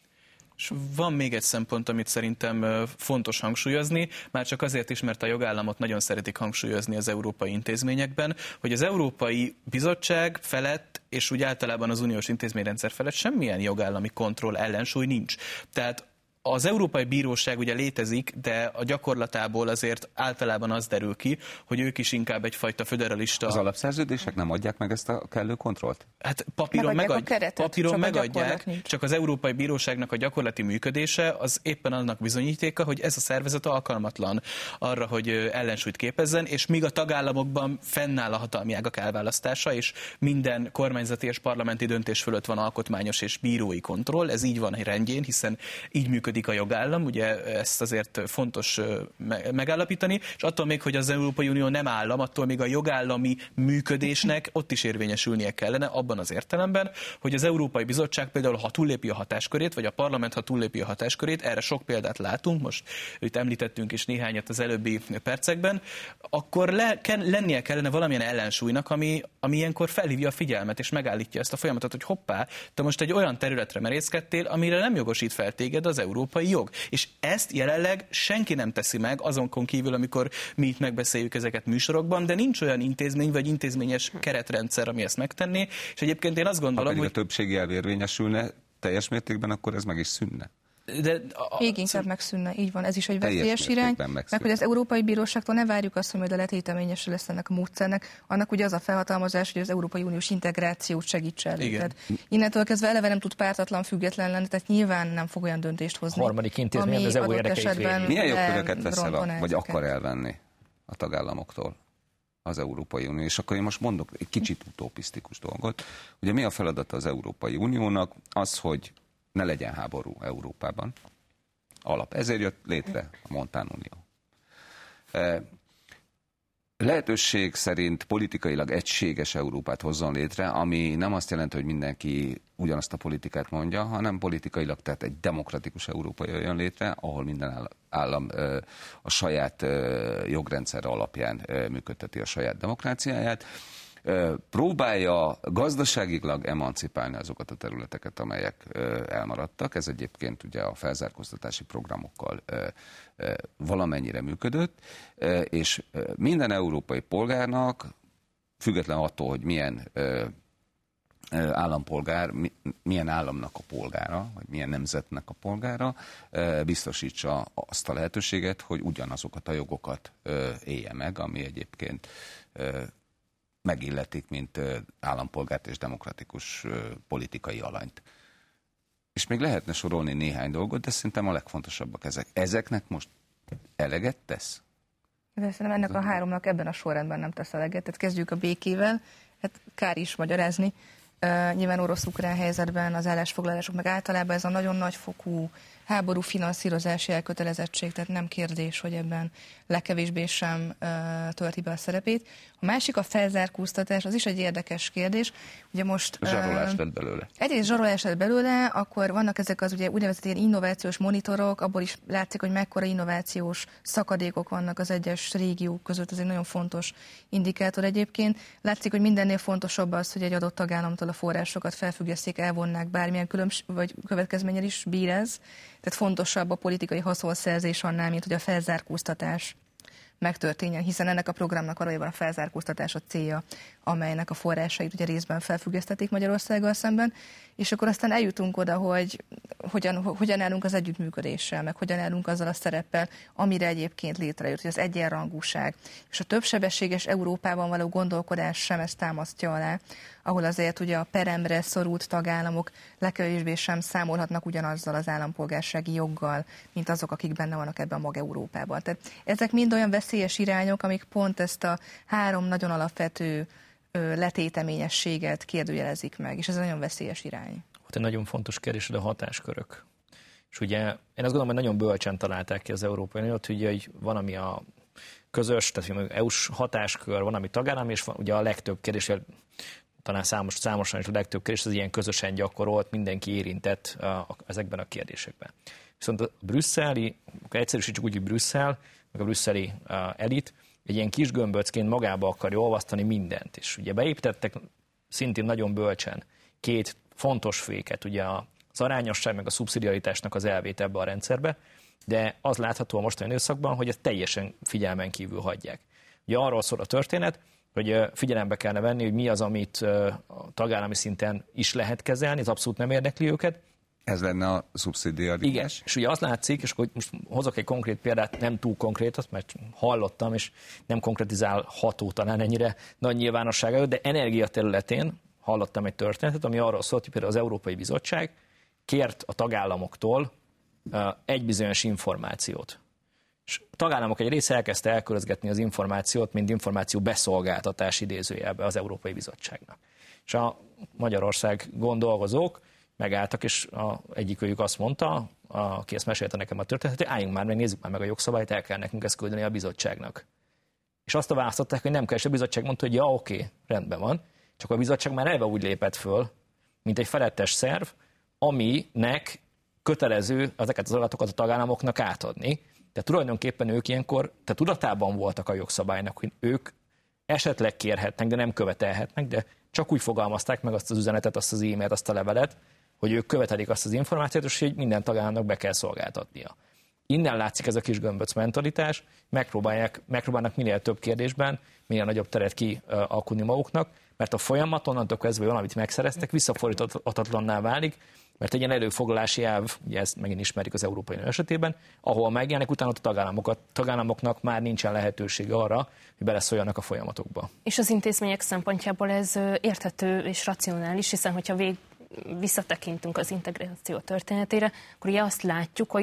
És van még egy szempont, amit szerintem fontos hangsúlyozni, már csak azért is, mert a jogállamot nagyon szeretik hangsúlyozni az európai intézményekben, hogy az Európai Bizottság felett, és úgy általában az uniós intézményrendszer felett semmilyen jogállami kontroll, ellensúly nincs. Tehát az Európai Bíróság ugye létezik, de a gyakorlatából azért általában az derül ki, hogy ők is inkább egyfajta föderalista... Az alapszerződések nem adják meg ezt a kellő kontrollt? Hát papíron, megadják, megadj, keretet, papíron csak megadják, a csak az Európai Bíróságnak a gyakorlati működése az éppen annak bizonyítéka, hogy ez a szervezet alkalmatlan arra, hogy ellensúlyt képezzen, és míg a tagállamokban fennáll a hatalmi ágak elválasztása, és minden kormányzati és parlamenti döntés fölött van alkotmányos és bírói kontroll, ez így van rendjén, hiszen így működik a jogállam, ugye ezt azért fontos megállapítani, és attól még, hogy az Európai Unió nem állam, attól még a jogállami működésnek ott is érvényesülnie kellene, abban az értelemben, hogy az Európai Bizottság például, ha túllépi a hatáskörét, vagy a parlament, ha túllépi a hatáskörét, erre sok példát látunk, most itt említettünk is néhányat az előbbi percekben, akkor le, ke, lennie kellene valamilyen ellensúlynak, ami, ami ilyenkor felhívja a figyelmet, és megállítja ezt a folyamatot, hogy hoppá, te most egy olyan területre merészkedtél, amire nem jogosít fel téged az európai jog. És ezt jelenleg senki nem teszi meg, azonkon kívül, amikor mi itt megbeszéljük ezeket műsorokban, de nincs olyan intézmény vagy intézményes keretrendszer, ami ezt megtenné, és egyébként én azt gondolom, ha hogy... a többségi elv érvényesülne teljes mértékben, akkor ez meg is szűnne. De a... Még inkább megszűnne, így van, ez is egy veszélyes irány, meg hogy az Európai Bíróságtól ne várjuk azt, hogy majd a letéteményes lesz ennek a módszernek, annak ugye az a felhatalmazás, hogy az Európai Uniós integrációt segítse elő. Tehát innentől kezdve eleve nem tud pártatlan, független lenni, tehát nyilván nem fog olyan döntést hozni. A harmadik intézmény az é u érdekeit védi. Milyen jogköröket vesz el, vagy akar elvenni a tagállamoktól az Európai Unió? És akkor én most mondok egy kicsit utopisztikus dolgot. Ugye mi a feladata az Európai Uniónak? Az, hogy ne legyen háború Európában. Alap. Ezért jött létre a Montán Unió. Lehetőség szerint politikailag egységes Európát hozzon létre, ami nem azt jelenti, hogy mindenki ugyanazt a politikát mondja, hanem politikailag, tehát egy demokratikus Európa jön létre, ahol minden állam a saját jogrendszer alapján működteti a saját demokráciáját, próbálja gazdaságilag emancipálni azokat a területeket, amelyek elmaradtak. Ez egyébként ugye a felzárkóztatási programokkal valamennyire működött, és minden európai polgárnak, független attól, hogy milyen állampolgár, milyen államnak a polgára, vagy milyen nemzetnek a polgára, biztosítsa azt a lehetőséget, hogy ugyanazokat a jogokat élje meg, ami egyébként megilletik, mint állampolgárt és demokratikus politikai alanyt. És még lehetne sorolni néhány dolgot, de szerintem a legfontosabbak ezek. Ezeknek most eleget tesz? De szerintem ennek a háromnak ebben a sorrendben nem tesz eleget. Tehát kezdjük a békével, hát kár is magyarázni. Uh, nyilván orosz-ukrán helyzetben az állásfoglalások, meg általában ez a nagyon nagyfokú háború finanszírozási elkötelezettség, tehát nem kérdés, hogy ebben legkevésbé sem uh, tölti be a szerepét. A másik a felzárkóztatás, az is egy érdekes kérdés. Ugye most zsarolás lett belőle. Egyrészt zsarolás lett belőle, akkor vannak ezek az ugye úgynevezett ilyen innovációs monitorok, abból is látszik, hogy mekkora innovációs szakadékok vannak az egyes régiók között, ez egy nagyon fontos indikátor egyébként. Látszik, hogy mindennél fontosabb az, hogy egy adott tagállamtól a forrásokat felfüggeszték, elvonnák, bármilyen különbs- vagy következménnyel is bír ez. Tehát fontosabb a politikai haszonszerzés annál, mint hogy a felzárkóztatás megtörténjen, hiszen ennek a programnak valójában a felzárkóztatás a célja, amelynek a forrásait ugye részben felfüggesztették Magyarországgal szemben, és akkor aztán eljutunk oda, hogy hogyan, hogyan állunk az együttműködéssel, meg hogyan állunk azzal a szereppel, amire egyébként létrejött, hogy az egyenrangúság. És a többsebességes Európában való gondolkodás sem ezt támasztja alá, ahol azért ugye a peremre szorult tagállamok legkevésbé sem számolhatnak ugyanazzal az állampolgársági joggal, mint azok, akik benne vannak ebben a mag-Európában. Tehát ezek mind olyan veszélyes irányok, amik pont ezt a három nagyon alapvető letéteményességet kérdőjelezik meg, és ez egy nagyon veszélyes irány. Ott egy nagyon fontos kérdés, a hatáskörök. És ugye én azt gondolom, hogy nagyon bölcsen találták ki az Európai Uniót, hogy van, ami a közös, tehát é u-s hatáskör, van, ami tagállami, és van ugye a legtöbb kérdés, talán számos, számosan is a legtöbb kérdés, az ilyen közösen gyakorolt, mindenki érintett a, ezekben a kérdésekben. Viszont a brüsszeli, akkor egyszerűsítsük úgy, hogy Brüsszel, meg a brüsszeli uh, elit, egy ilyen kis gömböcként magába akarja olvasztani mindent. És ugye beépítettek szintén nagyon bölcsen két fontos féket, ugye az arányosság meg a szubszidiaritásnak az elvét ebbe a rendszerbe, de az látható a mostani időszakban, hogy ezt teljesen figyelmen kívül hagyják. Ugye arról szól a történet, hogy figyelembe kellene venni, hogy mi az, amit a tagállami szinten is lehet kezelni, ez abszolút nem érdekli őket. Ez lenne a szubszidiaritás. Igen, és ugye azt látszik, és akkor most hozok egy konkrét példát, nem túl konkrétat, mert hallottam, és nem konkretizálható talán ennyire nagy nyilvánosság előtt, de energia területén hallottam egy történetet, ami arról szólt, hogy például az Európai Bizottság kért a tagállamoktól egy bizonyos információt. És a tagállamok egy része elkezdte elkörözgetni az információt, mint információ beszolgáltatás idézőjelbe az Európai Bizottságnak. És a Magyarország gondolkozók megálltak, és a, egyikőjük azt mondta, aki ezt mesélte nekem a történetet, hogy álljunk már meg, nézzük már meg a jogszabályt, el kell nekünk ezt küldeni a bizottságnak. És azt választották, hogy nem kell, és a bizottság mondta, hogy ja, oké, rendben van, csak a bizottság már eleve úgy lépett föl, mint egy felettes szerv, aminek kötelező ezeket az adatokat a tagállamoknak átadni. Tehát tulajdonképpen ők ilyenkor, tehát tudatában voltak a jogszabálynak, hogy ők esetleg kérhetnek, de nem követelhetnek, de csak úgy fogalmazták meg azt az üzenetet, azt az e-mailt, azt a levelet, hogy ők követelik azt az információt, és hogy minden tagállamnak be kell szolgáltatnia. Innen látszik ez a kis gömböc mentalitás, megpróbálják, megpróbálnak minél több kérdésben, minél nagyobb teret kialkudni maguknak, mert a folyamat onnantól kezdve valamit megszereztek, visszafordíthatatlanná válik, mert egy ilyen előfoglalási elv, ugye ezt megint ismerik az Európai Unió esetében, ahol megjelenik, utána a tagállamokat, tagállamoknak már nincsen lehetősége arra, hogy beleszóljanak a folyamatokba. És az intézmények szempontjából ez érthető és racionális, hiszen hogyha vég, visszatekintünk az integráció történetére, akkor ugye azt látjuk, hogy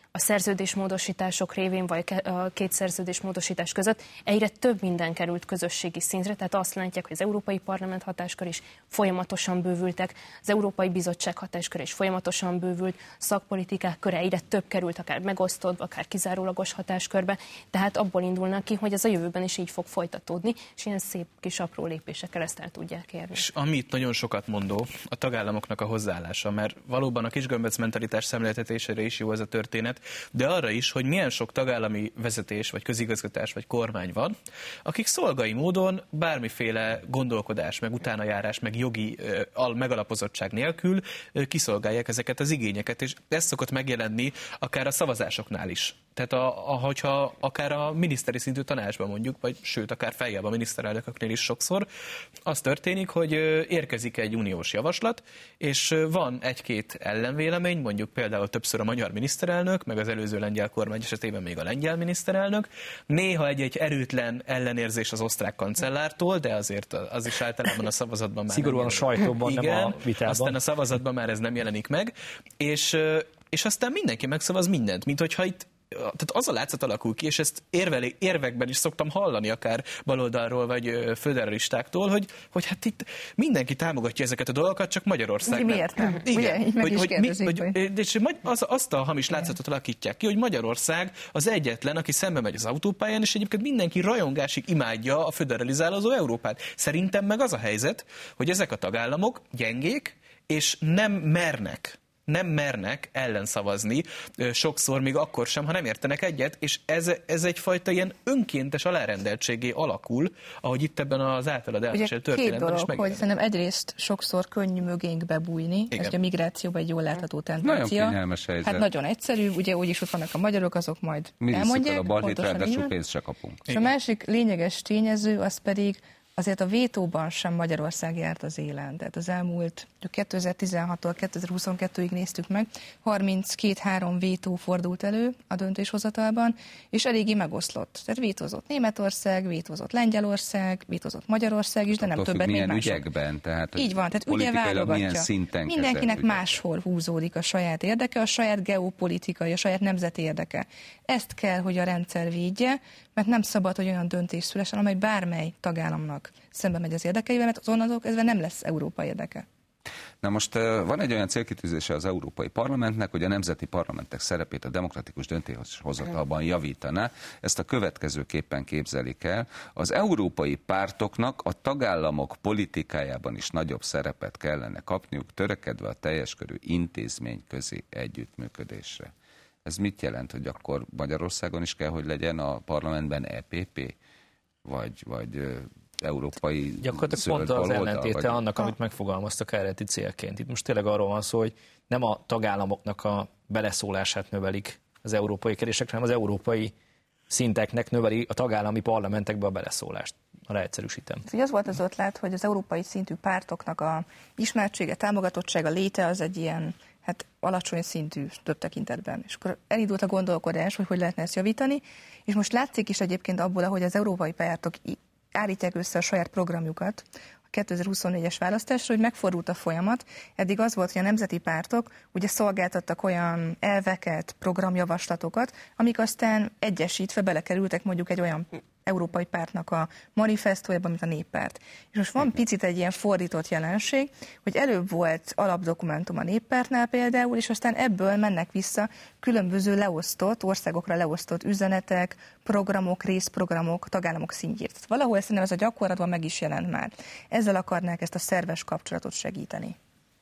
a szerződésmódosítások révén, vagy a két szerződésmódosítás között egyre több minden került közösségi szintre, tehát azt látják, hogy az Európai Parlament hatáskör is folyamatosan bővültek, az Európai Bizottság hatáskör is folyamatosan bővült, szakpolitikák köre egyre több került, akár megosztott, akár kizárólagos hatáskörbe, tehát abból indulnak ki, hogy ez a jövőben is így fog folytatódni, és ilyen szép kis apró lépésekkel ezt el tudják érni. És amit nagyon sokat mondó, a tagállamoknak a hozzáállása, mert valóban a kisgömböc mentalitás szemléltetésére is jó ez a történet, de arra is, hogy milyen sok tagállami vezetés, vagy közigazgatás, vagy kormány van, akik szolgai módon bármiféle gondolkodás, meg utánajárás, meg jogi uh, megalapozottság nélkül uh, kiszolgálják ezeket az igényeket, és ez szokott megjelenni akár a szavazásoknál is. Tehát a, a, hogyha akár a miniszteri szintű tanácsban mondjuk, vagy sőt, akár feljebb a miniszterelnököknél is sokszor, az történik, hogy érkezik egy uniós javaslat, és van egy-két ellenvélemény, mondjuk például többször a magyar miniszterelnök, meg az előző lengyel kormány esetében még a lengyel miniszterelnök, néha egy-egy erőtlen ellenérzés az osztrák kancellártól, de azért az is általában a szavazatban már szigorúan a sajtóban, igen, nem a vitában. Aztán a szavazatban már ez nem jelenik meg, és, és aztán mindenki megszavaz mindent, mint hogyha itt tehát az a látszat alakul ki, és ezt érveli, érvekben is szoktam hallani, akár baloldalról, vagy föderalistáktól, hogy, hogy hát itt mindenki támogatja ezeket a dolgokat, csak Magyarország miért nem? nem. Igen, ugye, hogy, hogy, mi, hogy... hogy, és az, azt a hamis látszat alakítják ki, hogy Magyarország az egyetlen, aki szembe megy az autópályán, és egyébként mindenki rajongásig imádja a föderalizálódó Európát. Szerintem meg az a helyzet, hogy ezek a tagállamok gyengék, és nem mernek nem mernek ellenszavazni, sokszor még akkor sem, ha nem értenek egyet, és ez, ez egyfajta ilyen önkéntes alárendeltségé alakul, ahogy itt ebben az általad elmesélt történetben is megjelenik. Hogy szerintem egyrészt sokszor könnyű mögénk bebújni, igen. Ez a migrációban egy jól látható tendencia. Nagyon kényelmes helyzet. Hát nagyon egyszerű, ugye úgyis ott vannak a magyarok, azok majd mi elmondják. Mi a balhét, ráadásul pénzt se kapunk. És a másik lényeges tényező, az pedig azért a vétóban sem Magyarország járt az élen. Tehát az elmúlt kétezer-tizenhattól kétezer-huszonkettőig néztük meg, harminckét-három vétó fordult elő a döntéshozatalban, és eléggé megoszlott. Tehát vétózott Németország, vétózott Lengyelország, vétózott Magyarország is, de nem többet, mint mások. Ügyekben, tehát így van, tehát ugye válogatja. Mindenkinek máshol húzódik a saját érdeke, a saját geopolitikai, a saját nemzeti érdeke. Ezt kell, hogy a rendszer védje, mert nem szabad, hogy olyan döntés szülessen, amely bármely tagállamnak szembe megy az érdekeivel, mert azonnantól kezdve nem lesz Európa érdeke. Na most van egy olyan célkitűzése az Európai Parlamentnek, hogy a nemzeti parlamentek szerepét a demokratikus döntéshozatalban javítaná. Ezt a következőképpen képzelik el. Az európai pártoknak a tagállamok politikájában is nagyobb szerepet kellene kapniuk, törekedve a teljes körű intézményközi együttműködésre. Ez mit jelent, hogy akkor Magyarországon is kell, hogy legyen a parlamentben é pé pé? Vagy, vagy európai gyakorlatilag pont az ellentéte vagy... annak, amit megfogalmaztak eredeti célként. Itt most tényleg arról van szó, hogy nem a tagállamoknak a beleszólását növelik az európai kérdésekre, hanem az európai szinteknek növeli a tagállami parlamentekbe a beleszólást. Ha egyszerűsítem. Ugye az volt az ötlet, hogy az európai szintű pártoknak a ismertsége, támogatottsága, léte az egy ilyen hát alacsony szintű több tekintetben. És akkor elindult a gondolkodás, hogy hogy lehetne ezt javítani, és most látszik is egyébként abból, hogy az európai pártok állítják össze a saját programjukat a kétezer-huszonnégyes választásra, hogy megfordult a folyamat. Eddig az volt, hogy a nemzeti pártok ugye szolgáltattak olyan elveket, programjavaslatokat, amik aztán egyesítve belekerültek mondjuk egy olyan európai pártnak a manifestójában, mint a Néppárt. És most van picit egy ilyen fordított jelenség, hogy előbb volt alapdokumentum a Néppártnál például, és aztán ebből mennek vissza különböző leosztott, országokra leosztott üzenetek, programok, részprogramok, tagállamok szintjét. Tehát valahol szerintem ez a gyakorlatban meg is jelent már. Ezzel akarnák ezt a szerves kapcsolatot segíteni.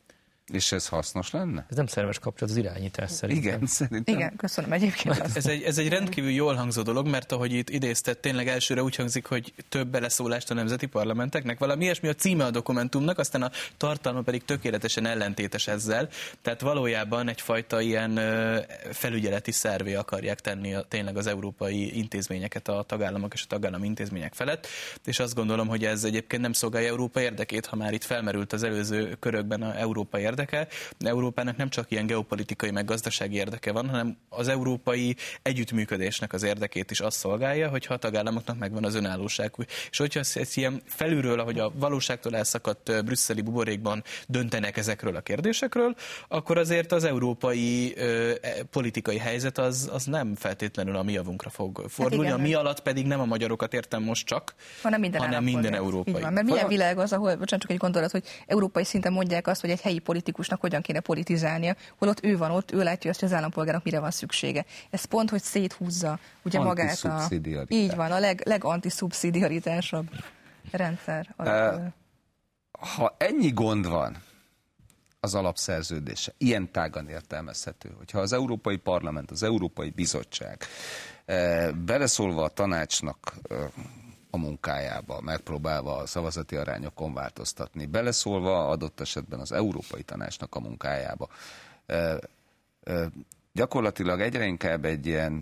És ez hasznos lenne? Ez nem szerves kapcsolat, az irányítás szerintem. Igen, szerintem. Igen, köszönöm egyébként. Ez egy, ez egy rendkívül jól hangzó dolog, mert ahogy itt idézted, tényleg elsőre úgy hangzik, hogy több beleszólást a nemzeti parlamenteknek. Valami ilyesmi a címe a dokumentumnak, aztán a tartalma pedig tökéletesen ellentétes ezzel. Tehát valójában egyfajta ilyen felügyeleti szervé akarják tenni a, tényleg az európai intézményeket a tagállamok és a tagállami intézmények felett. És azt gondolom, hogy ez egyébként nem szolgálja Európa érdekét, ha már itt felmerült az előző körökben a Európa érdekét. érdeke. Európának nem csak ilyen geopolitikai meg gazdasági érdeke van, hanem az európai együttműködésnek az érdekét is azt szolgálja, hogyha a tagállamoknak megvan az önállóság. És hogyha ez ilyen felülről, ahogy a valóságtól elszakadt brüsszeli buborékban döntenek ezekről a kérdésekről, akkor azért az európai ö, politikai helyzet az, az nem feltétlenül a mi javunkra fog fordulni. Hát igen, a mi alatt pedig nem a magyarokat értem most csak, hanem minden, hanem minden európai. Van, mert milyen világ az, ahol, bocsánat, csak egy gondolat, hogy európai szinten mondják azt, hogy egy helyi politikusnak hogyan kéne politizálnia, holott ő van ott, ő látja azt, hogy az állampolgárnak mire van szüksége. Ez pont, hogy széthúzza ugye magát a... Így van, a leg, legantiszubszidiaritásabb rendszer. Uh, ha ennyi gond van az alapszerződése, ilyen tágan értelmezhető, hogyha az Európai Parlament, az Európai Bizottság uh, beleszólva a tanácsnak uh, a munkájába, megpróbálva a szavazati arányokon változtatni, beleszólva adott esetben az Európai Tanácsnak a munkájába, uh, uh, gyakorlatilag egyre inkább egy ilyen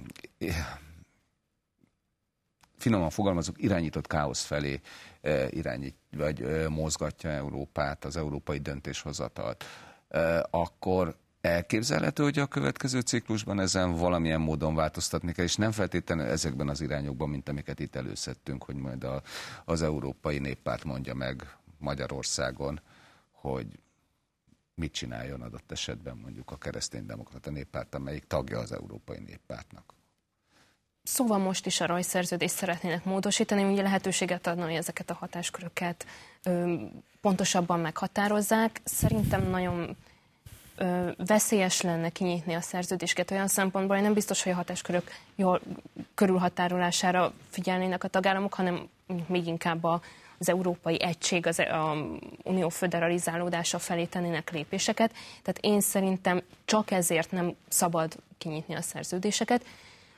finoman fogalmazok, irányított káosz felé irányít, vagy mozgatja Európát, az európai döntéshozatalt, akkor elképzelhető, hogy a következő ciklusban ezen valamilyen módon változtatni kell, és nem feltétlenül ezekben az irányokban, mint amiket itt előszedtünk, hogy majd a, az Európai Néppárt mondja meg Magyarországon, hogy mit csináljon adott esetben mondjuk a Kereszténydemokrata Néppárt, amelyik tagja az Európai Néppártnak. Szóval most is a rajszerződést szeretnének módosítani, ugye lehetőséget adna, hogy ezeket a hatásköröket ö, pontosabban meghatározzák. Szerintem nagyon ö, veszélyes lenne kinyitni a szerződéseket olyan szempontból, hogy nem biztos, hogy a hatáskörök jól körülhatárolására figyelnének a tagállamok, hanem még inkább a, az európai egység, az a unió föderalizálódása felé tennének lépéseket. Tehát én szerintem csak ezért nem szabad kinyitni a szerződéseket.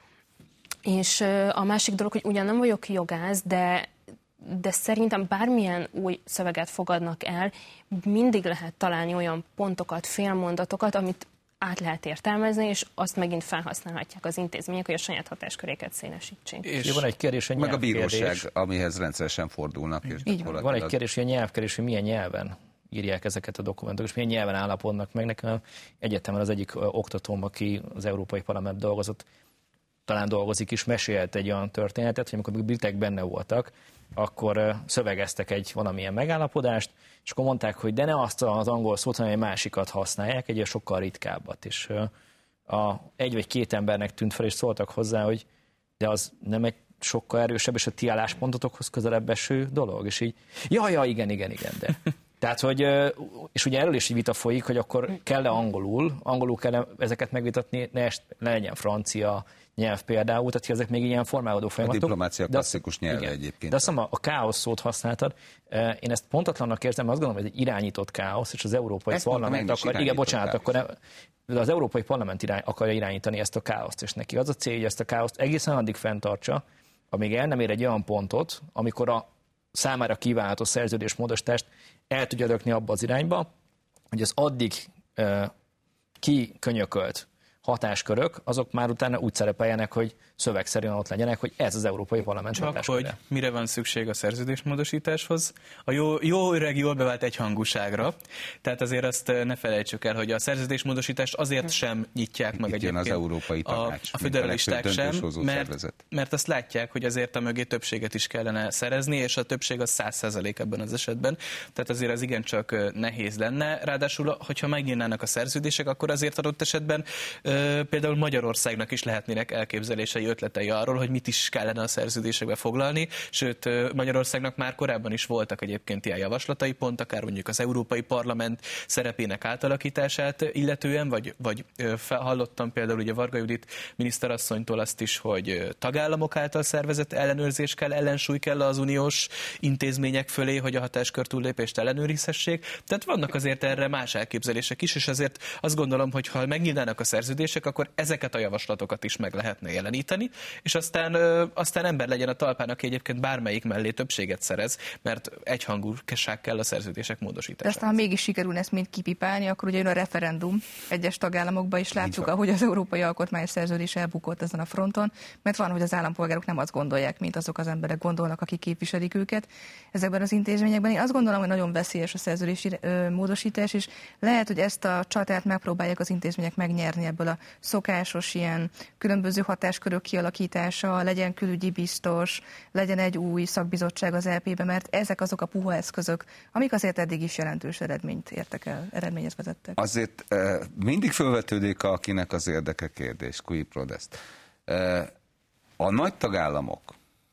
És a másik dolog, hogy ugyan nem vagyok jogász, de, de szerintem bármilyen új szöveget fogadnak el, mindig lehet találni olyan pontokat, félmondatokat, amit át lehet értelmezni, és azt megint felhasználhatják az intézmények, hogy a saját hatásköréket szélesítsék. És van egy kérdés, hogy meg a bíróság, amihez rendszeresen fordulnak. És így van. Van egy kérdés, hogy a nyelvkérdés, hogy milyen nyelven írják ezeket a dokumentumokat, és milyen nyelven állapodnak meg. Nekem egyetemen az egyik oktatóm, aki az Európai Parlament dolgozott, talán dolgozik is, mesélt egy olyan történetet, hogy amikor a britek benne voltak, akkor szövegeztek egy valamilyen megállapodást, és akkor mondták, hogy de ne azt az angol szót, hanem egy másikat használják, egy sokkal ritkábbat. És a, egy vagy két embernek tűnt fel, és szóltak hozzá, hogy de az nem egy sokkal erősebb, és a ti álláspontotokhoz közelebb eső dolog. És így, ja, ja, igen, igen, igen, de... Tehát, hogy, és ugye erről is egy vita folyik, hogy akkor kell-e angolul, angolul kell ezeket megvitatni, ne, ne legyen francia nyelv például, tehát ezek még ilyen formálódó folyamatok. A diplomácia klasszikus nyelve igen, egyébként. De azt mondom, a káosz szót használtad. Én ezt pontatlannak érzem, mert azt gondolom, hogy ez egy irányított káosz, és az Európai ezt Parlament akar, igen, bocsánat, káosz. Akkor ne, az Európai Parlament irány, akarja irányítani ezt a káoszt, és neki az a cél, hogy ezt a káoszt egészen addig fenntartsa, amíg el nem ér egy olyan pontot, amikor a számára kívánható szerződésmódosítást el tudja lökni abba az irányba, hogy az addig uh, kikönyökölt hatáskörök, azok már utána úgy szerepeljenek, hogy szövegszerűen ott legyenek, hogy ez az Európai Parlament csak hatásköre. Hogy mire van szükség a szerződésmódosításhoz? A jó, jó öreg, jól bevált egyhangúságra. Tehát azért azt ne felejtsük el, hogy a szerződésmódosítást azért sem nyitják meg itt egyébként az Európai Tanács, a, a föderalisták sem, mert, mert azt látják, hogy azért a mögé többséget is kellene szerezni, és a többség az száz százalék ebben az esetben. Tehát azért az igencsak nehéz lenne. Ráadásul, hogyha megnyílnának a szerződések, akkor azért adott esetben például Magyarországnak is lehetnének elképzelései, ötletei arról, hogy mit is kellene a szerződésekbe foglalni, sőt Magyarországnak már korábban is voltak egyébként ilyen javaslatai, pont akár mondjuk az Európai Parlament szerepének átalakítását illetően, vagy, vagy hallottam például ugye Varga Judit miniszterasszonytól azt is, hogy tagállamok által szervezett ellenőrzés kell, ellensúly kell az uniós intézmények fölé, hogy a hatáskör túllépést ellenőrizhessék. Tehát vannak azért erre más elképzelések is, és azért azt gondolom, hogy ha megnyílnának a szerződések, szerződések, akkor ezeket a javaslatokat is meg lehetne jeleníteni, és aztán, aztán ember legyen a talpán, aki egyébként bármelyik mellé többséget szerez, mert egyhangúság kell a szerződések módosításához. De aztán, ha mégis sikerül ezt mind kipipálni, akkor ugye jön a referendum egyes tagállamokban, és látjuk, ahogy az Európai Alkotmányszerződés elbukott ezen a fronton, mert van, hogy az állampolgárok nem azt gondolják, mint azok az emberek gondolnak, akik képviselik őket ezekben az intézményekben. Én azt gondolom, hogy nagyon veszélyes a szerződési módosítás, és lehet, hogy ezt a csatát megpróbálják az intézmények megnyerni ebből a szokásos ilyen különböző hatáskörök kialakítása, legyen külügyi biztos, legyen egy új szakbizottság az é pé-be, mert ezek azok a puha eszközök, amik azért eddig is jelentős eredményt értek el, eredményhez vezettek. Azért eh, mindig felvetődik, akinek az érdeke kérdés, cui prodest. Eh, a nagy tagállamok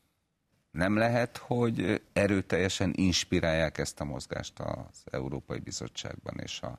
nem lehet, hogy erőteljesen inspirálják ezt a mozgást az Európai Bizottságban és a,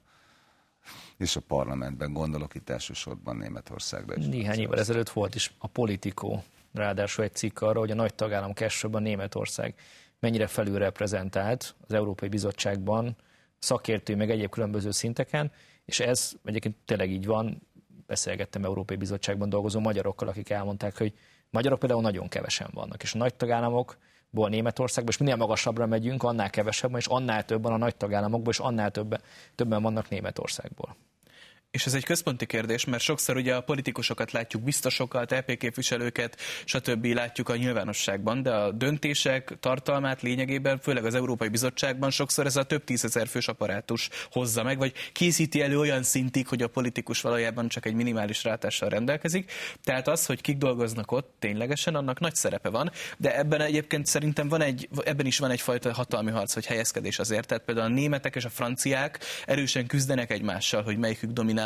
és a parlamentben, gondolok itt elsősorban Németországra. Néhány évvel ezelőtt volt is a Politico, ráadásul egy cikk arra, hogy a nagy tagállamok, elsősorban Németország mennyire felülreprezentált az Európai Bizottságban, szakértő, meg egyéb különböző szinteken, és ez egyébként tényleg így van. Beszélgettem Európai Bizottságban dolgozó magyarokkal, akik elmondták, hogy magyarok például nagyon kevesen vannak, és a nagy tagállamokból Németországban, és minél magasabbra megyünk, annál kevesebb van, és annál többen a nagy tagállamokból, és annál többen, többen vannak Németországból. És ez egy központi kérdés, mert sokszor ugye a politikusokat látjuk, biztosokat, é pé képviselőket, stb. Látjuk a nyilvánosságban, de a döntések tartalmát lényegében, főleg az Európai Bizottságban sokszor ez a több tízezer fős apparátus hozza meg, vagy készíti elő olyan szintig, hogy a politikus valójában csak egy minimális rátással rendelkezik. Tehát az, hogy kik dolgoznak ott ténylegesen, annak nagy szerepe van, de ebben egyébként szerintem van egy, ebben is van egyfajta hatalmi harc, vagy helyezkedés azért. Tehát például a németek és a franciák erősen küzdenek egymással, hogy melyikük dominál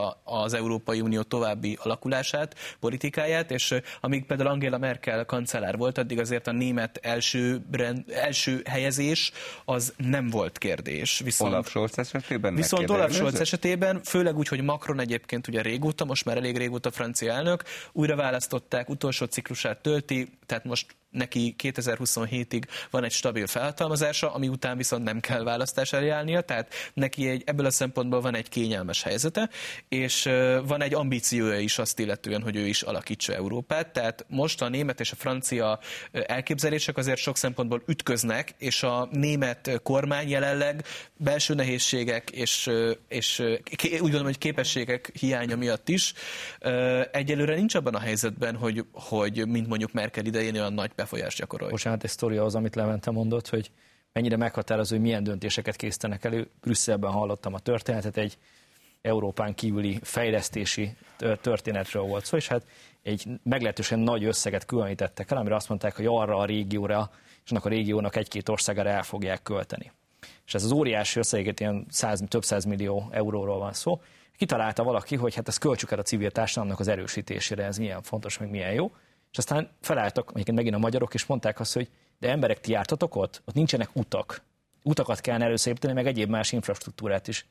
az Európai Unió további alakulását, politikáját, és amíg például Angela Merkel kancellár volt, addig azért a német első, brand, első helyezés az nem volt kérdés. Viszont, Olaf Scholz esetében? Viszont Olaf Scholz esetében, főleg úgy, hogy Macron egyébként ugye régóta, most már elég régóta francia elnök, újra választották, utolsó ciklusát tölti, tehát most neki kétezer-huszonhétig van egy stabil felhatalmazása, ami után viszont nem kell választás elé állnia, tehát neki egy, ebből a szempontból van egy kényelmes helyzete, és van egy ambíciója is azt illetően, hogy ő is alakítsa Európát, tehát most a német és a francia elképzelések azért sok szempontból ütköznek, és a német kormány jelenleg belső nehézségek és, és úgy gondolom, hogy képességek hiánya miatt is egyelőre nincs abban a helyzetben, hogy, hogy mint mondjuk Merkel idején olyan nagy befolyást gyakorolja. Bocsánat, egy sztori az, amit Levente mondott, hogy mennyire meghatározó, hogy milyen döntéseket készítenek elő. Brüsszelben hallottam a történetet, egy Európán kívüli fejlesztési történetről volt szó, és hát egy meglehetősen nagy összeget különítettek el, amire azt mondták, hogy arra a régióra, és annak a régiónak egy-két országára el fogják költeni. És ez az óriási összeget, ilyen száz, több száz millió euróról van szó. Kitalálta valaki, hogy hát ezt költsük el a civil társadalomnak az erősítésére, ez milyen fontos, meg milyen jó. És aztán felálltak egyébként megint a magyarok, és mondták azt, hogy de emberek, ti jártatok ott? Ott nincsenek utak. Utakat kellene először építeni, meg egyéb más infrastruktúrát is.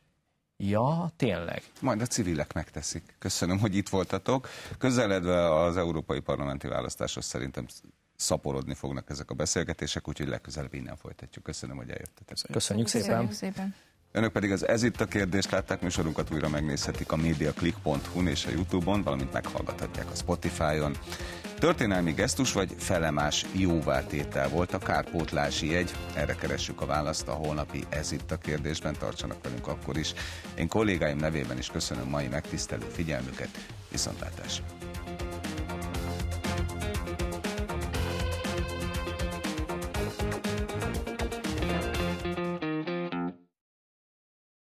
Ja, tényleg. Majd a civilek megteszik. Köszönöm, hogy itt voltatok. Közeledve az európai parlamenti választáshoz szerintem szaporodni fognak ezek a beszélgetések, úgyhogy legközelebb innen folytatjuk. Köszönöm, hogy eljöttetek. Köszönjük szépen. Köszönjük szépen. Önök pedig az Ez itt a kérdés látták, műsorunkat újra megnézhetik a mediaclick pont hu-n és a YouTube-on, valamint meghallgathatják a Spotify-on. Történelmi gesztus vagy felemás jóvátétel volt a kárpótlási jegy? Erre keressük a választ a holnapi Ez itt a kérdésben, tartsanak velünk akkor is. Én kollégáim nevében is köszönöm mai megtisztelő figyelmüket, viszontlátásra!